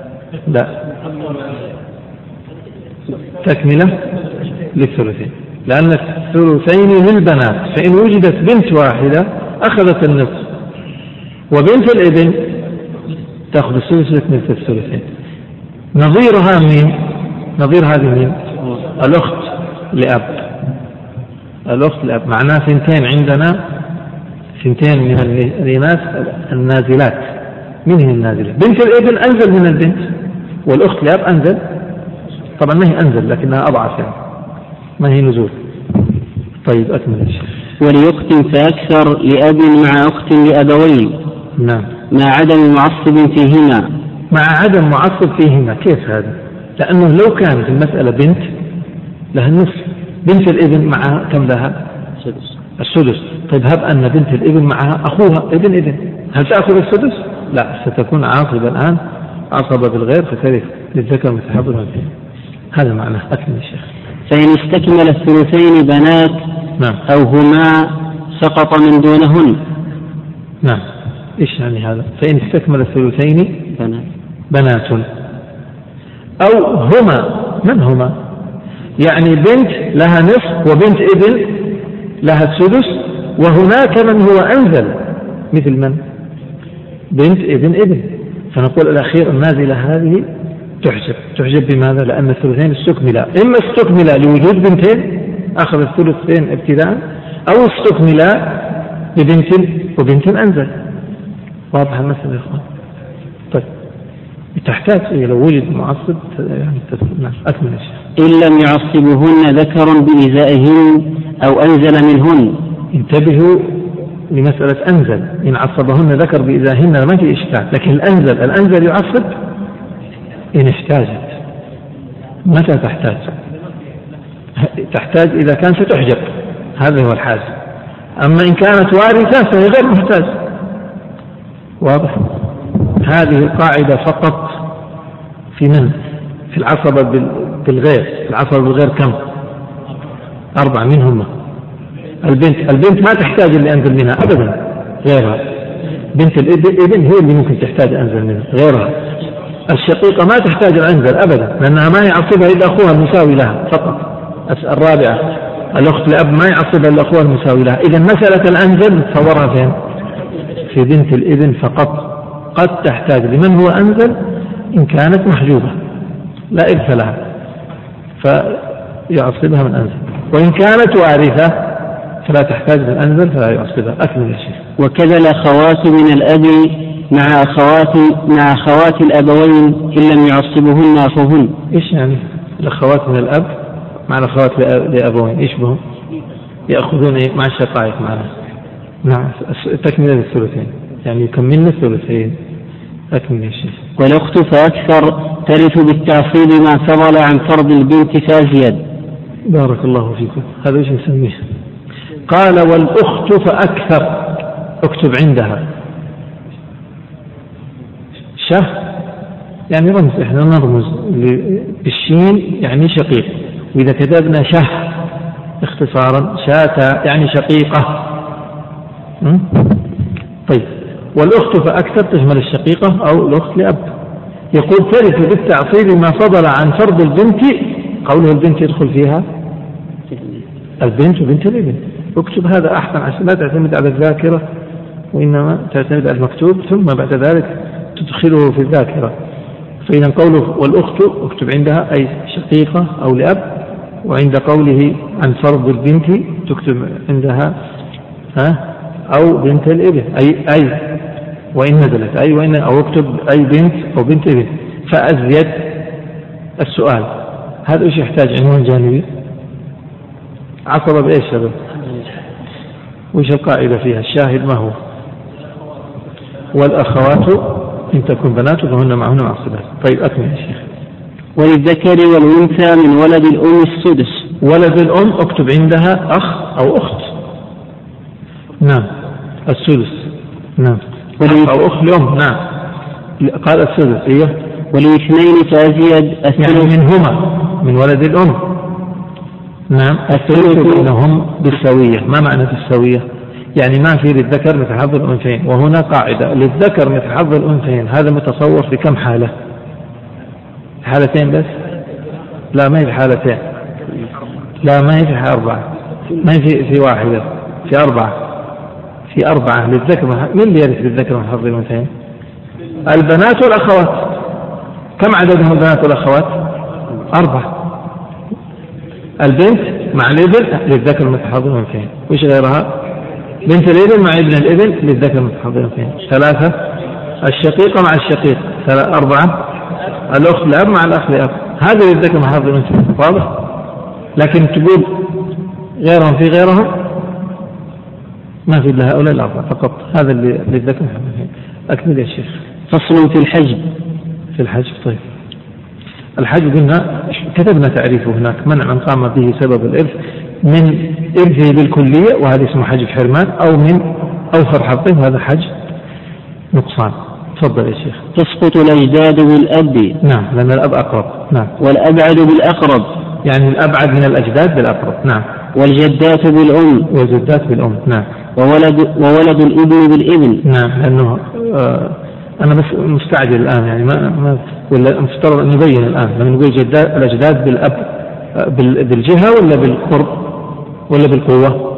تكملة للثلثين، لأن الثلثين للبنات، فإن وجدت بنت واحدة أخذت النصف، وبنت الابن تأخذ الثلث مثل الثلثين. نظيرها مين؟ نظير هذه مين؟ الأخت لأب. الأخت لأب معناه ثنتين عندنا، ثنتين من الإناث النازلات. من هي النازلة؟ بنت الابن أنزل من البنت، والأخت لأب أنزل، طبعا ما هي أنزل لكنها أضعف يعني، ما هي نزول. طيب أكمل الشيخ. ولأخت فأكثر لأب مع أخت لأبوين. نعم. مع عدم معصب فيهما. مع عدم معصب فيهما. كيف هذا؟ لأنه لو كانت المسألة بنت لها النصف، بنت الابن معها كم لها؟ السدس. طيب هب أن بنت الابن معها أخوها ابن، هل تأخذ السدس؟ لا، ستكون عاصبة الآن، عصبة بالغير فترث للذكر مثل حظ الأنثيين. هذا معناه. أكمل الشيخ. فإن استكمل الثلثين بنات نعم. أو هما سقط من دونهن. نعم. إيش يعني هذا؟ فإن استكمل الثلثين بنات أو هما. من هما؟ يعني بنت لها نصف وبنت ابن لها السدس، وهناك من هو أنزل مثل من؟ بنت ابن. فنقول الأخير النازلة هذه تحجب بماذا؟ لأن الثلثين استكملا، إما استكملا لوجود بنتين أخذ الثلثين ابتداء، أو استكملا ببنت وبنت أنزل. واضح المسألة يا إخوان؟ طيب تحتاج لو وجد معصب يعني أكمل الشيء. إن لم يعصبهن ذكر بإزائهن أو أنزل منهن. انتبهوا لمسألة أنزل. إن عصبهن ذكر بإزائهن ما في إشكال، لكن الأنزل يعصب إن احتاجت. متى تحتاج إذا كان ستحجب، هذا هو الحاجة. أما إن كانت وارثة فهي غير محتاج. واضح؟ هذه القاعدة فقط في من؟ في العصبة بالغير. العصبة بالغير كم؟ 4. منهم البنت ما تحتاج اللي أنزل منها أبدا، غيرها. بنت الابن هي اللي ممكن تحتاج أنزل منها، غيرها. الشقيقة ما تحتاج أنزل أبدا، لأنها ما يعصبها إلا أخوها المساوي لها فقط. الرابعة الأخت لأب ما يعصبها إلا أخوها المساوي لها. إذا مسألة الأنزل نتصورها فين؟ في بنت الابن فقط. قد تحتاج لمن هو أنزل إن كانت محجوبة لا إرث لها فيعصبها من أنزل، وإن كانت وارثة فلا تحتاج من أنزل فلا يعصبها. أكمل يا شيخ. وكذا الأخوات من الأب مع أخوات الأبوين إن لم يعصبهن أخوهن. إيش يعني الأخوات من الأب مع الأخوات لأبوين؟ إيش بهم؟ يأخذون مع الشقائق معنا. نعم. تكمل الثلثين يعني يكملن الثلثين. أكمل يا شيخ. والأخت فأكثر ترث بالتعصيب ما فضل عن فرض البنت فأزيد. بارك الله فيكم. هذا ايش نسميه؟ قال والأخت فأكثر. اكتب عندها شه يعني رمز، احنا نرمز بالشين يعني شقيق، وإذا كتبنا شه اختصارا شاتا يعني شقيقة. طيب والأخت فأكثر تشمل الشقيقة أو الأخت لأب. يقول ترث بالتعصيب ما فضل عن فرض البنت. قوله البنت يدخل فيها البنت وبنت الابن. اكتب هذا أحسن عشان لا تعتمد على الذاكرة، وإنما تعتمد على المكتوب ثم بعد ذلك تدخله في الذاكرة. فإذا قوله والأخت اكتب عندها أي شقيقة أو لأب، وعند قوله عن فرض البنت تكتب عندها أو بنت الابن أي وإن نزلت أي وإن، أو اكتب أي بنت أو بنت ابن. فأزيد السؤال هذا إيش يحتاج؟ عنوان جانبي. عصبة بإيش هذا؟ وإيش القاعدة فيها؟ الشاهد ما هو؟ والأخوات إن تكون بنات فهن معهن معصبات. طيب أكمل يا شيخ. وللذكر والأنثى من ولد الأم السدس. ولد الأم اكتب عندها أخ أو أخت. نعم السدس. نعم أو أخ لأم. نعم قال السدس. إيه وللاثنين فأزيد يعني منهما من ولد الأم. نعم الثلث بينهم بالسوية. ما معنى بالسوية؟ يعني ما في للذكر مثل حظ الأنثيين، وهنا قاعدة للذكر مثل حظ الأنثيين. هذا متصور في كم حالة؟ حالتين بس؟ لا ما هي في حالتين، لا ما هي في 4، ما هي في واحدة، في 4. في 4 للذكر. من اللي يرث للذكر من حظ الأنثيين؟ البنات والأخوات. كم عددهم البنات والأخوات؟ 4. البنت مع الابن للذكر مثل حظ الأنثيين. وش غيرها؟ بنت الابن مع ابن الابن للذكر مثل حظ الأنثيين. 3 الشقيقة مع الشقيق. 4 الأخت لأب مع الأخ لأب. هذا للذكر مثل حظ الأنثيين. واضح؟ لكن تقول غيرهم في غيرهم ما في إلا هؤلاء ال4 فقط. هذا اللي للذكر مثل حظ الأنثيين. أكمل يا شيخ. فصل في الحجب. في الحجب. طيب الحجب قلنا كتبنا تعريفه هناك: منع من قام به سبب الإرث من إرثه بالكلية وهذا اسمه حجب حرمان، أو من أوفر حظه وهذا حجب نقصان. تفضل يا شيخ. تسقط الأجداد بالأب. نعم، لأن الأب أقرب. نعم. والأبعد بالأقرب، يعني الأبعد من الأجداد بالأقرب. نعم. والجدات بالأم. والجدات بالأم. نعم. وولد الابن بالابن. نعم، لأنه أنا بس مستعجل الآن، يعني ما ولا مفترض أن نبين الآن لما نقول الأجداد بالأب بالجهة ولا بالقرب ولا بالقوة؟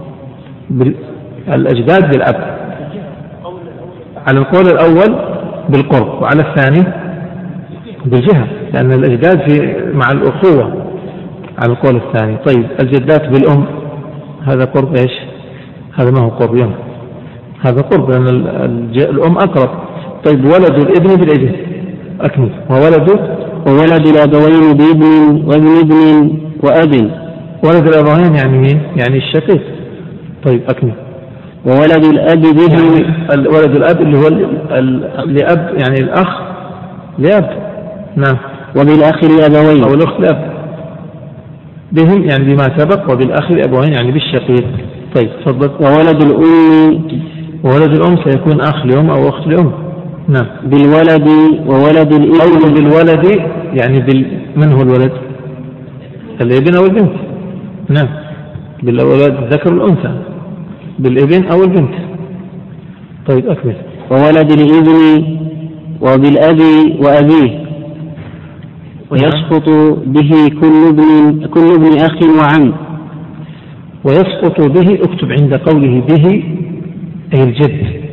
الأجداد بالأب على القول الأول بالقرب، وعلى الثاني بالجهة، لأن الأجداد مع الأخوة على القول الثاني. طيب الجدات بالأم هذا قرب إيش؟ هذا ما هو قرب يوم، هذا قرب لأن الأم أقرب. طيب ولد الابن بالابن أكمل. وولد الأبوين بابن وابن ابن وأب. ولد الأبوين يعني مين؟ يعني الشقيق. طيب أكمل. وولد الأب به، يعني ولد الأب اللي هو لأب، يعني الأخ لأب. نعم. وبالأخ لأبوين أو الأخت لأب بهم، يعني بما سبق. وبالأخ لأبوين يعني بالشقيق. طيب تفضل. وولد الأم سيكون أخ لأم أو أخت لأم. نعم. بالولد وولد الابن. أو بالولد يعني من هو الولد؟ الابن أو البنت. نعم. بالولد الذكر والأنثى، بالابن أو البنت. طيب أكمل. وولد الابن وبالأب وأبيه، ويسقط به كل ابن أخ وعم. ويسقط به، اكتب عند قوله به أي الجد،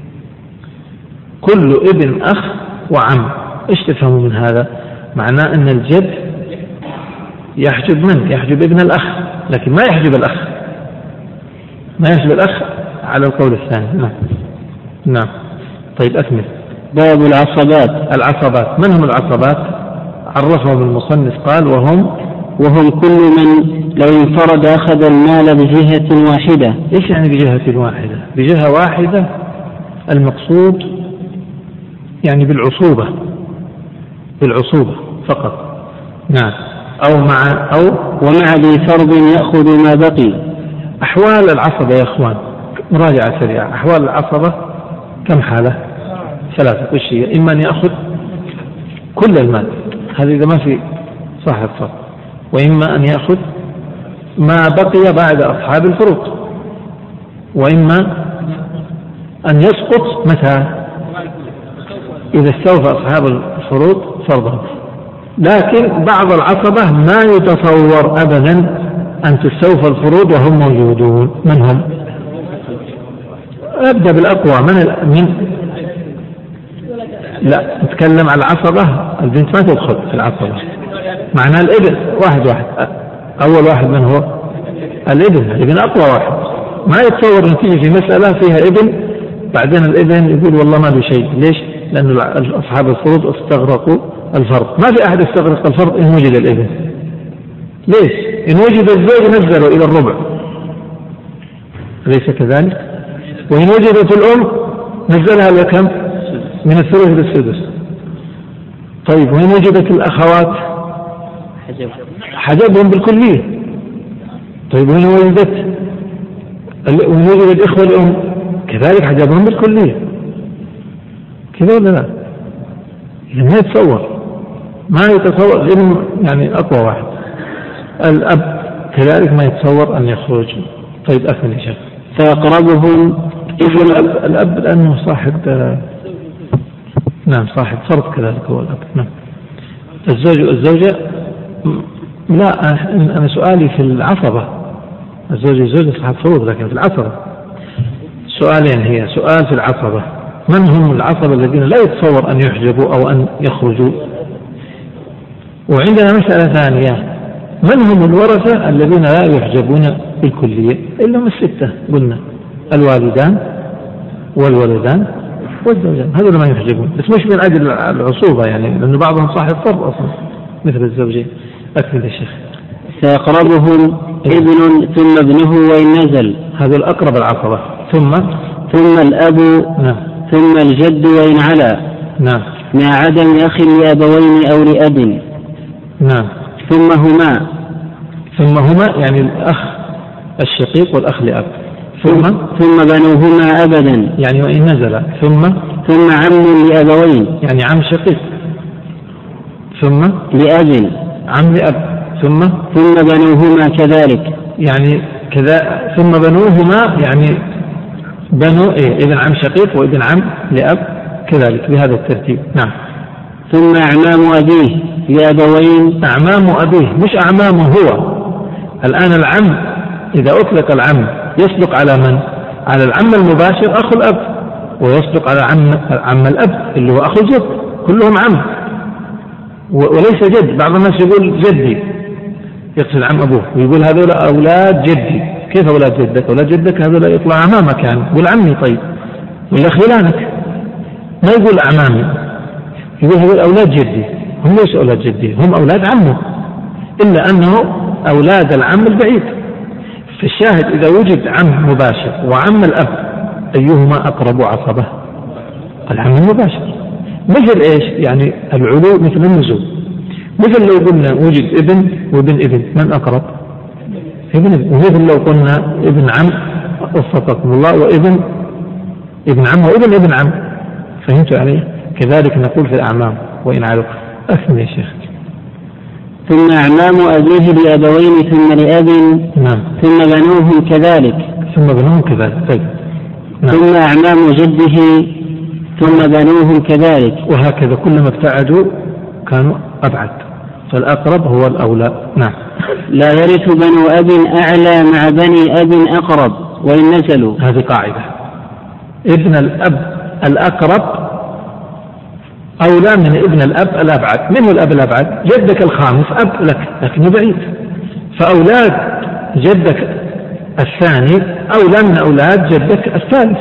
كل ابن أخ وعم. إيش تفهموا من هذا؟ معناه أن الجد يحجب من؟ يحجب ابن الأخ، لكن ما يحجب الأخ، ما يحجب الأخ على القول الثاني. نعم. نعم. طيب أكمل. باب العصبات. من هم العصبات؟ عرفهم المصنف قال وهم كل من لو انفرد أخذ المال بجهة واحدة. إيش يعني بجهة واحدة؟ بجهة واحدة المقصود يعني بالعصوبة فقط. نعم. ومع ذي فرض يأخذ ما بقي. أحوال العصبة يا أخوان، مراجعة سريعة. أحوال العصبة كم حالة؟ 3. وش هي؟ إما أن يأخذ كل المال، هذا إذا ما في صاحب فرض، وإما أن يأخذ ما بقي بعد أصحاب الفروض، وإما أن يسقط متى؟ إذا استوفى أصحاب الفروض فرضهم. لكن بعض العصبة ما يتصور أبدا أن تستوفى الفروض وهم موجودون. من هم؟ أبدأ بالأقوى. من لا نتكلم على العصبة، البنت ما تدخل في العصبة، معناه الابن واحد. أول واحد من هو؟ الابن أقوى واحد. ما يتصور أن تيجي في مسألة فيها ابن بعدين الابن يقول والله ما بي شيء. ليش؟ لأن أصحاب الفروض استغرقوا الفرض. ما في أحد استغرق الفرض إن وجد الابن. ليش؟ إن وجد الزوج نزلوا إلى الربع، أليس كذلك؟ وإن وجدت الأم نزلها لكم؟ من الثلث إلى السدس. طيب وإن وجدت الأخوات حجبهم بالكلية. طيب وإن وجد الإخوة الأم كذلك حجبهم بالكلية. كذا ولا لا؟ إذا ما يتصور يعني أقوى واحد. الأب كذلك ما يتصور أن يخرج. طيب أكمل يا شيخ. فأقربهم الأب لأنه صاحب نعم صاحب فرض، كذلك هو الأب. نعم. الزوجة لا، أنا سؤالي في العصبة. الزوجة صاحب فروض، لكن في العصبة سؤالين. هي سؤال في العصبة، من هم العصبة الذين لا يتصور أن يحجبوا أو أن يخرجوا؟ وعندنا مسألة ثانية، من هم الورثة الذين لا يحجبون بالكلية؟ إلا هم 6 قلنا: الوالدان والولدان والزوجان، هذول ما يحجبون، بس مش من أجل العصوبة يعني، لأن بعضهم صاحب فرض أصلا مثل الزوجين. أكمل يا شيخ. سيقربهم ابن ثم ابنه وإن نزل، هذا الأقرب العصبة. ثم الأب. نعم. ثم الجد وإن علا. نعم. مع عدم أخ لأبوين أو لأب. نعم. ثم هما يعني الأخ الشقيق والأخ لأب. ثم بنوهما أبدا يعني وإن نزل. ثم عم لأبوين، يعني عم شقيق، ثم لأب، عم لأب، ثم بنوهما كذلك، يعني كذا، ثم بنوهما يعني بنو ابن عم شقيق وابن عم لأب كذلك بهذا الترتيب. نعم. ثم أعمام أبيه لأبوين، أعمام أبيه مش أعمامه هو. الآن العم إذا أطلق العم يصدق على من؟ على العم المباشر أخو الأب، ويصدق على عم الأب اللي هو أخو الجد، كلهم عم وليس جد. بعض الناس يقول جدي، يقصد عم أبوه، ويقول هذول أولاد جدي. كيف أولاد جدك؟ أولاد جدك هذول يطلع أمامك، يعني يقول عمي طيب ولا خلانك، ما يقول أعمامي، يقول هذول أولاد جدي. هم ليس أولاد جدي، هم أولاد عمه، إلا أنه أولاد العم البعيد. فالشاهد إذا وجد عم مباشر وعم الأب أيهما أقرب عصبة؟ العم المباشر. مثل إيش؟ يعني العلو مثل النزول. مثل لو قلنا وجد ابن وابن ابن، من أقرب؟ ابن. ومثل لو قلنا ابن عم وفقكم الله وابن عم وابن ابن عم. فهمتوا علي؟ كذلك نقول في الأعمام وإن علوا. أفهم يا شيخ. ثم أعمام أبيه لأبوين ثم لأب، نعم. ثم بنوهم كذلك، طيب. نعم. ثم أعمام جده ثم بنوهم كذلك، وهكذا كلما ابتعدوا كانوا أبعد، فالأقرب هو الأولى. نعم. لا يرث بنو أب أعلى مع بني أب أقرب وإن نزلوا. هذه قاعدة. ابن الأب الأقرب أولى من ابن الأب الأبعد. من هو الأب الأبعد؟ جدك الخامس أب لك لكنه بعيد، فأولاد جدك الثاني أولى من أولاد جدك الثالث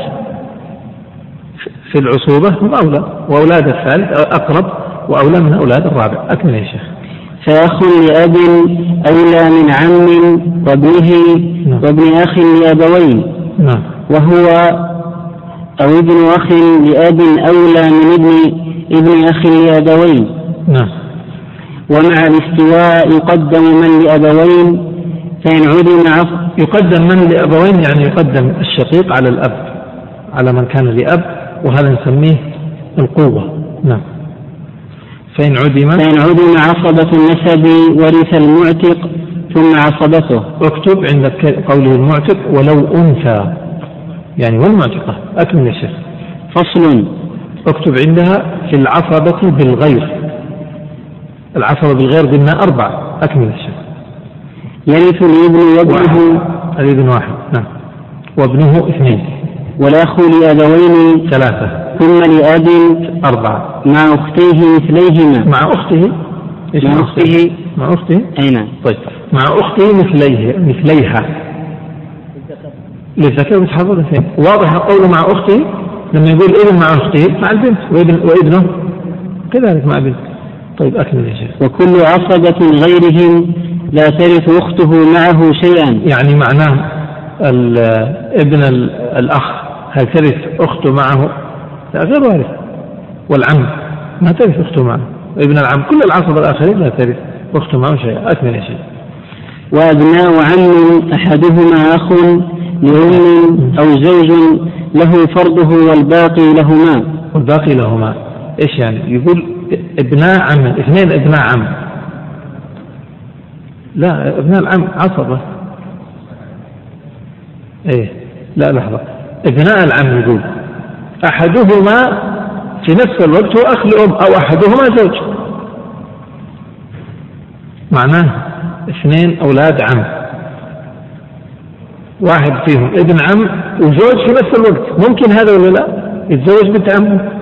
في العصوبة، هم أولى، وأولاد الثالث أقرب وأولى من أولاد الرابع. أكمل يا شيخ. فأخ لأب أولى من عم وابنه وابن أخ لأبوين. نعم. وهو أو ابن أخ لأب أولى من ابن أخ لأبوين. نعم. ومع الاستواء يقدم من لأبوين، فإن عدم يقدم من لأبوين يعني يقدم الشقيق على الأب، على من كان لأب، وهذا نسميه القوة. نعم. فإن عدم عصبة النسب ورث المعتق ثم عصبته. اكتب عند قوله المعتق ولو أنثى، يعني والمعتقة. أكمل يا شيخ. فصل. اكتب عندها في العصبة بالغير. العصبة بالغير قلنا 4. أكمل يا شيخ. يرث الابن وابنه. الابن 1. نعم. وابنه 2. والأخ لأبوين 3. ثم لأب 4 مع أختيه مثليهما. مع أخته. مع أخته. أين؟ طيب. مع أخته مثليها. للذكر متحفظ فين؟ واضح قوله مع أخته. لما يقول ابن مع أخته مع البنت، وابنه كذلك مع بنت. طيب أكمل يا شيخ. وكل عصبة غيرهم لا ترث أخته معه شيئا. يعني معناه ابن الأخ هل ترث أخته معه؟ لا، غير وارث. والعم ما ترث أخته معه. ابن العم كل العصبة الآخرين لا ترث أخته معه شيئا. أكمل يا شيخ. وأبناء عم أحدهما أخ لأم أو زوج له فرضه والباقي لهما. إيش يعني؟ يقول ابناء عم، 2 ابناء عم. لا، ابناء العم عصبة. ايه لا لحظة. ابناء العم يقول أحدهما في نفس الوقت هو أخ لأم أو أحدهما زوج. معناه 2 أولاد عم، واحد فيهم ابن عم وزوج في نفس الوقت. ممكن هذا ولا لا؟ يتزوج بنت عمه.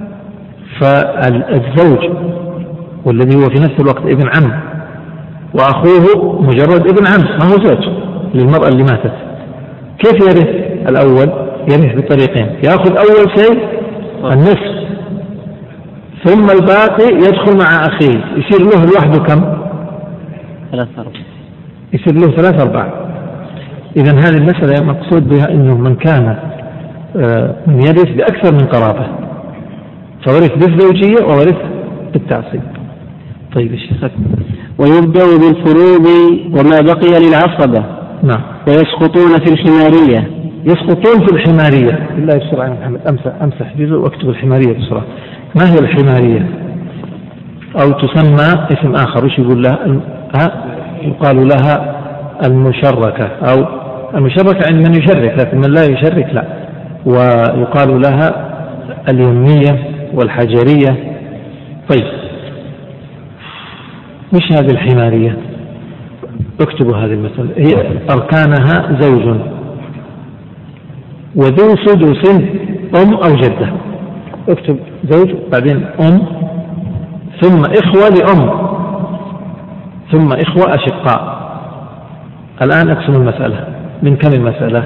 فالزوج والذي هو في نفس الوقت ابن عم وأخوه مجرد ابن عم ما هو زوج للمرأة اللي ماتت. كيف يرث؟ الأول يرث بطريقين. يأخذ أول شيء النصف، ثم الباقي يدخل مع أخيه، يصير له لوحده كم؟ 3/4. يصير له 3/4. إذن هذه المسألة مقصود بها أنه من كان من يرث بأكثر من قرابة، فورث بالزوجية وورث بالتعصيب. طيب الشيخ. ويبدأ بالفروض وما بقي للعصبة. نعم. ويسقطون في الحمارية. يسقطون في الحمارية. بالله بسرعة يا محمد، أمسح جزء واكتب الحمارية بسرعة. ما هي الحمارية؟ أو تسمى اسم آخر، وش يقول لها؟ يقال لها المشركة، أو المشركة عند من يشرك، لكن من لا يشرك لا. ويقال لها اليمية والحجرية. طيب، مش هذه الحمارية؟ اكتبوا هذه المسألة. هي أركانها زوج وذو سدس أو جدة. اكتب زوج بعدين ثم إخوة لأم ثم إخوة أشقاء. الآن أقسم المسألة. من كم المسألة؟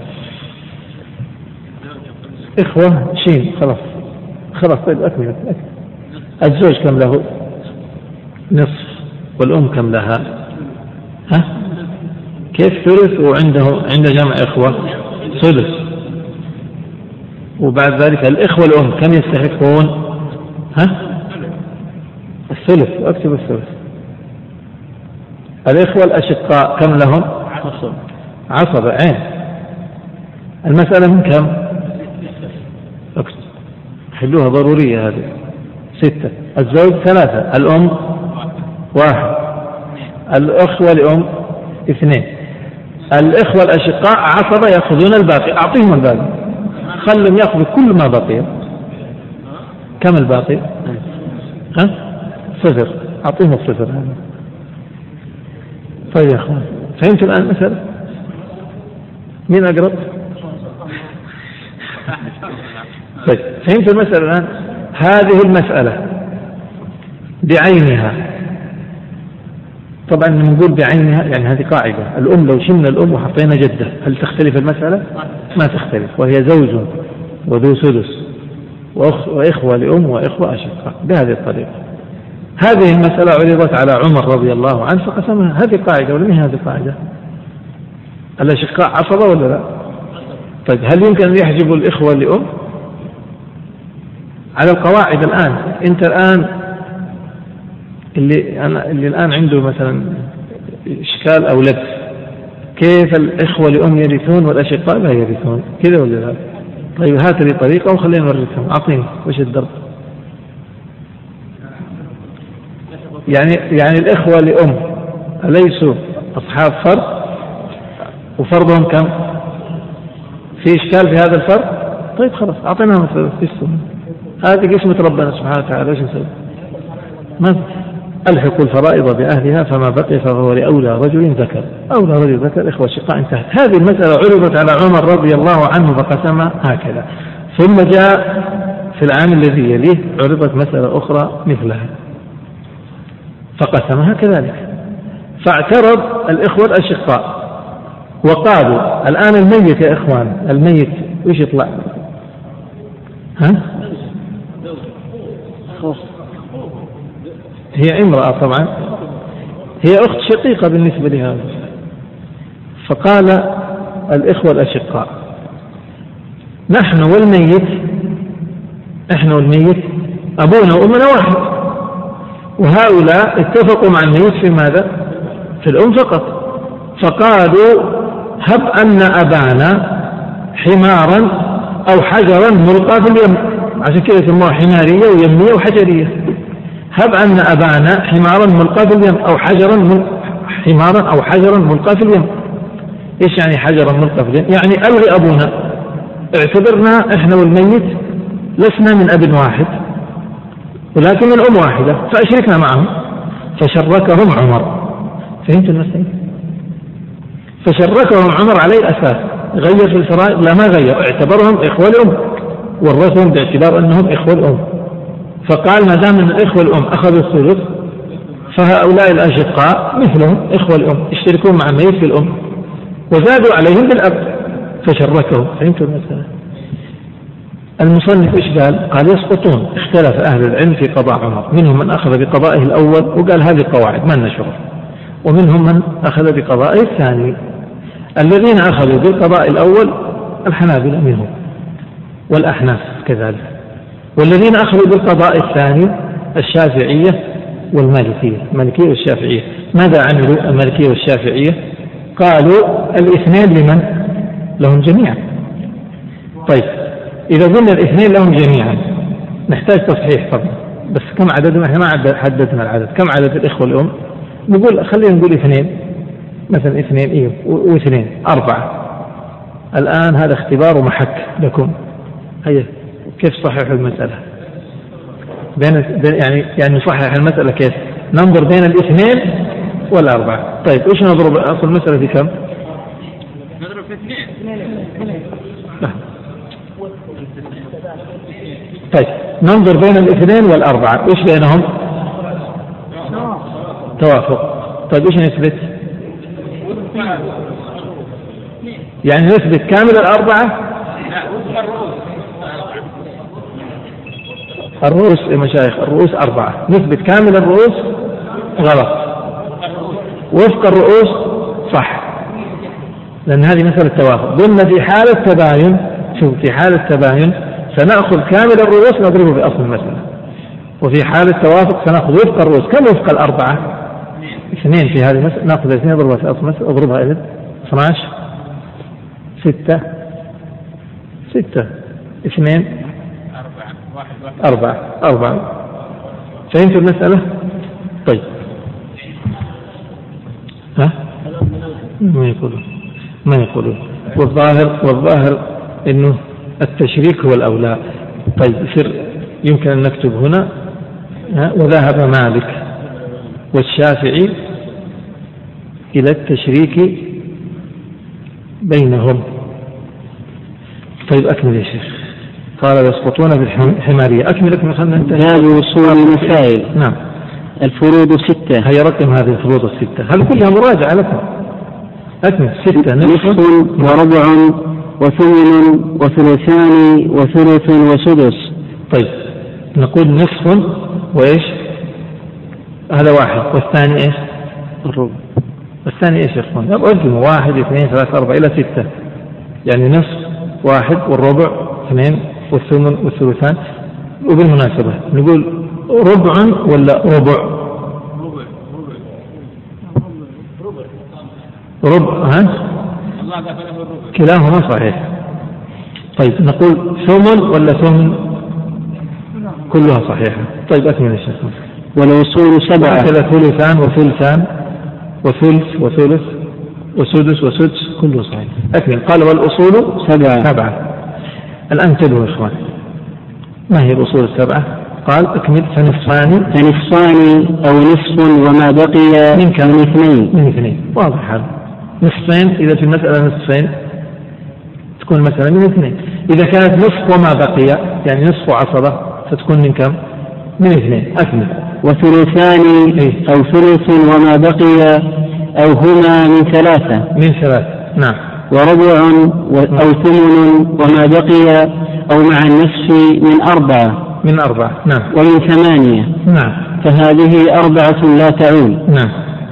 إخوة شين. خلاص طيب أكمل. الزوج كم له؟ نصف. والأم كم لها؟ كيف ثلث وعنده جمع إخوة ثلث. وبعد ذلك الإخوة الأم كم يستحقون؟ الثلث. أكتب الثلث. الإخوة الأشقاء كم لهم؟ عصبة. عين. المسألة من كم؟ أكتب. حلوها ضرورية هذه. 6. الزوج 3. الأم 1. الأخوة الأم 2. الإخوة الأشقاء عصبة يأخذون الباقي. أعطيهم الباقي، خلهم يأخذوا كل ما بقي. كم الباقي؟ 0. أعطيهم 0 هذا. طيب يا أخوان، فهمتوا الآن مثلا؟ مين أقرب؟ طيب، فهمتوا المسألة الآن؟ هذه المسألة بعينها. طبعا نقول بعينها يعني هذه قاعدة. الأم لو شلنا الأم وحطينا جدة هل تختلف المسألة؟ ما تختلف. وهي زوج وذو سدس وإخوة لأم وإخوة أشقاء بهذه الطريقة. هذه المسألة عرضت على عمر رضي الله عنه فقسمها. هذه قاعدة ولا ما هي هذه قاعدة؟ الأشقاء عصبة ولا لا؟ طيب، هل يمكن أن يحجبوا الإخوة لأم؟ على القواعد الآن. أنت الآن اللي الآن عنده مثلا إشكال أو لبس، كيف الإخوة لأم يرثون والأشقاء لا يرثون؟ كذا ولا لا؟ طيب، هات لي طريقة وخلينا نورثهم. أعطيني وش الدرب؟ يعني الإخوة لأم أليسوا أصحاب فرض؟ وفرضهم كم؟ في إشكال في هذا الفرض؟ طيب خلاص أعطيناهم الثلث. هذه قسمة ربنا سبحانه وتعالى. ايش نسوي؟ ما ألحقوا الفرائض بأهلها فما بقي فهو لأولى رجل ذكر. أولى رجل ذكر إخوة شقاء. انتهت. هذه المسألة عرضت على عمر رضي الله عنه فقسمها هكذا. ثم جاء في العام الذي يليه عرضت مسألة أخرى مثلها فقسمها كذلك. فاعترض الإخوة الأشقاء وقالوا الآن الميت يا إخوان، الميت وش يطلع؟ هي امرأة طبعا، هي أخت شقيقة بالنسبة لهذا. فقال الإخوة الأشقاء نحن والميت أبونا وأمنا واحد، وهؤلاء اتفقوا مع الميت في ماذا؟ في الأم فقط. فقالوا هب أن أبانا حمارا أو حجرا ملقى في اليم. عشان كذا يسموها حمارية ويمية وحجرية. هب أن أبانا حمارا ملقى في اليم أو حجرا ملقى في اليم. إيش يعني حجرا ملقى في اليم؟ يعني ألغي أبونا، اعتبرنا إحنا والميت لسنا من أب واحد ولكن من أم واحدة فأشركنا معهم. فشركهم عمر. فهمت المسألة؟ فشركهم عمر على الأساس. غير في الفرائض؟ لا، ما غير. اعتبرهم إخوة الأم ورثهم باعتبار أنهم إخوة الأم. فقال ما دام أن الإخوة الأم أخذوا الثلث فهؤلاء الأشقاء مثلهم إخوة الأم يشتركون مع الميت في الأم وزادوا عليهم بالأب فشركهم. فهمتوا المسألة؟ المصنف إيش قال؟ قال يسقطون. اختلف أهل العلم في قضاء عمر، منهم من أخذ بقضائه الأول وقال هذه قواعد ما لنا شغل، ومنهم من أخذ بقضائه الثاني. الذين أخذوا بالقضاء الأول الحنابلة منهم والأحناف كذلك، والذين أخذوا بالقضاء الثاني الشافعية والمالكية. المالكية والشافعية ماذا عملوا المالكية والشافعية؟ قالوا الاثنين لمن؟ لهم جميعا. طيب إذا قلنا الاثنين لهم جميعا نحتاج تصحيح طبعا، بس كم عددهم؟ احنا ما حددنا العدد، كم عدد الإخوة الأم؟ نقول خلينا نقول اثنين مثلا، اثنين إيه واثنين 4. الآن هذا اختبار ومحك لكم، هيا كيف صحح المسألة؟ يعني نصحح المسألة كيف؟ ننظر بين الاثنين والأربعة. طيب إيش نضرب أصل المسألة في كم؟ نضرب في 2. طيب ننظر بين الاثنين والأربعة، إيش بينهم؟ توافق. طيب إيش نثبت؟ يعني نثبت كامل الأربعة؟ الرؤوس يا مشايخ، الرؤوس 4، نثبت كامل الرؤوس غلط، وفق الرؤوس صح، لأن هذه مسألة توافق. قلنا في حالة تباين، شوف في حالة تباين سنأخذ كامل الرؤوس نضربه بأصل المسألة، وفي حالة توافق سنأخذ وفق الرؤوس. كم وفق الأربعة؟ 2 في هذه المسألة، نأخذ 2 نضربها في أصل المسألة، اضربها إذن 12 6 2 4. فهمتوا المسألة؟ طيب ها؟ ما يقولون والظاهر إنه التشريك هو الأولى. طيب يمكن أن نكتب هنا وذهب مالك والشافعي إلى التشريك بينهم. طيب أكمل يا شيخ. قال يسقطون بالحمارية. أكمل خلنا ننتهي. باب وصول المسائل. نعم. الفروض 6. هي رقم هذه الفروض 6، هذه كلها مراجعة لكم. أكمل. 6 نصف وربع وثمن وثلثان وثلث وسدس. طيب نقول نصف وإيش؟ هذا 1، والثاني إيش؟ الربع. والثاني إيش يا إخوان؟ أرجموا 1 2 3 4 إلى 6، يعني نصف 1 والربع 2 والثمن والثلثان. وبالمناسبة نقول ربع ولا ربع؟ ربع. ها؟ كلاهما صحيح. طيب نقول ثمن ولا ثمن؟ كلها صحيحة. طيب أكمل يا شيخ. والوصول 7. ثلثان وثلثان وثلث وثلث وسدس وسدس كله صحيح. أكمل. قال والأصول 7. الآن انتبهوا يا إخوان، ما هي الأصول 7؟ قال اكمل. فنصفان أو نصف وما بقي من كم؟ من 2. واضح هذا. نصفين إذا في المسألة نصفين تكون مثلا من 2. إذا كانت نصف وما بقي يعني نصف عصبة فتكون من كم؟ من 2. أكمل. وثلثان أو ثلث وما بقي أو هما من 3. من 3. نعم. وربع أو ثمن وما بقي أو مع النصف من 4. من 4. نعم. ومن 8. نعم. فهذه 4 لا تعول. نعم.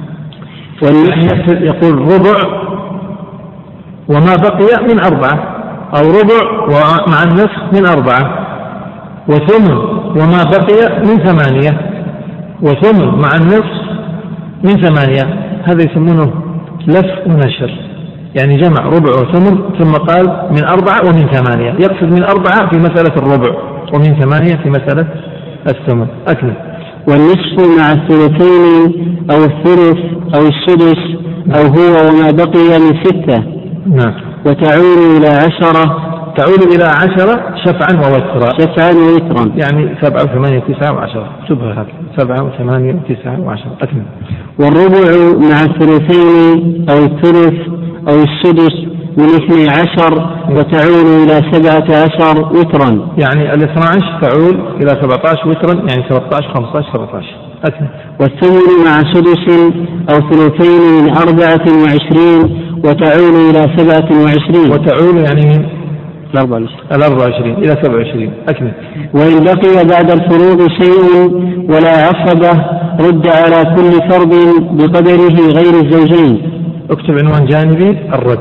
يقول ربع وما بقي من 4، أو ربع ومع النصف من 4، وثمن وما بقي من 8، وثمن مع النصف من 8. هذا يسمونه لف ونشر، يعني جمع ربع وثمن ثم قال من 4 ومن 8، يقصد من 4 في مسألة الربع ومن 8 في مسألة الثمن. أكمل. والنصف مع الثلثين أو الثلث أو السدس أو هو وما بقي من 6. نعم. وتعود إلى 10. تعود إلى 10 شفعا ووترا. يعني 7 و8 و9 و10. شبه هذا 7 و8 و9 و10. أكمل. والربع مع الثلثين أو الثلث أو السدس من 12 وتعود إلى 17 وترا. يعني 12 تعود إلى 17 وترا، يعني 17 15 17. أكمل. والثمن مع سدس أو ثلثين من 24 وتعود إلى 27. وتعود يعني من 24 إلى 27. أكمل. وإن بقي بعد الفروض شيء ولا عصبة رد على كل فرض بقدره غير الزوجين. اكتب عنوان جانبي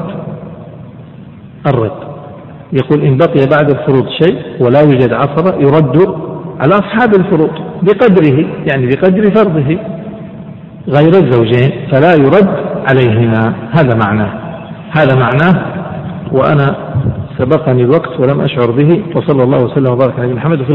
الرد. يقول إن بقي بعد الفروض شيء ولا يوجد عصبة يرد على أصحاب الفروض بقدره، يعني بقدر فرضه غير الزوجين، فلا يرد عليهما. هذا معناه. وأنا سبقني الوقت ولم أشعر به. وصلى الله وسلم وبارك على محمد.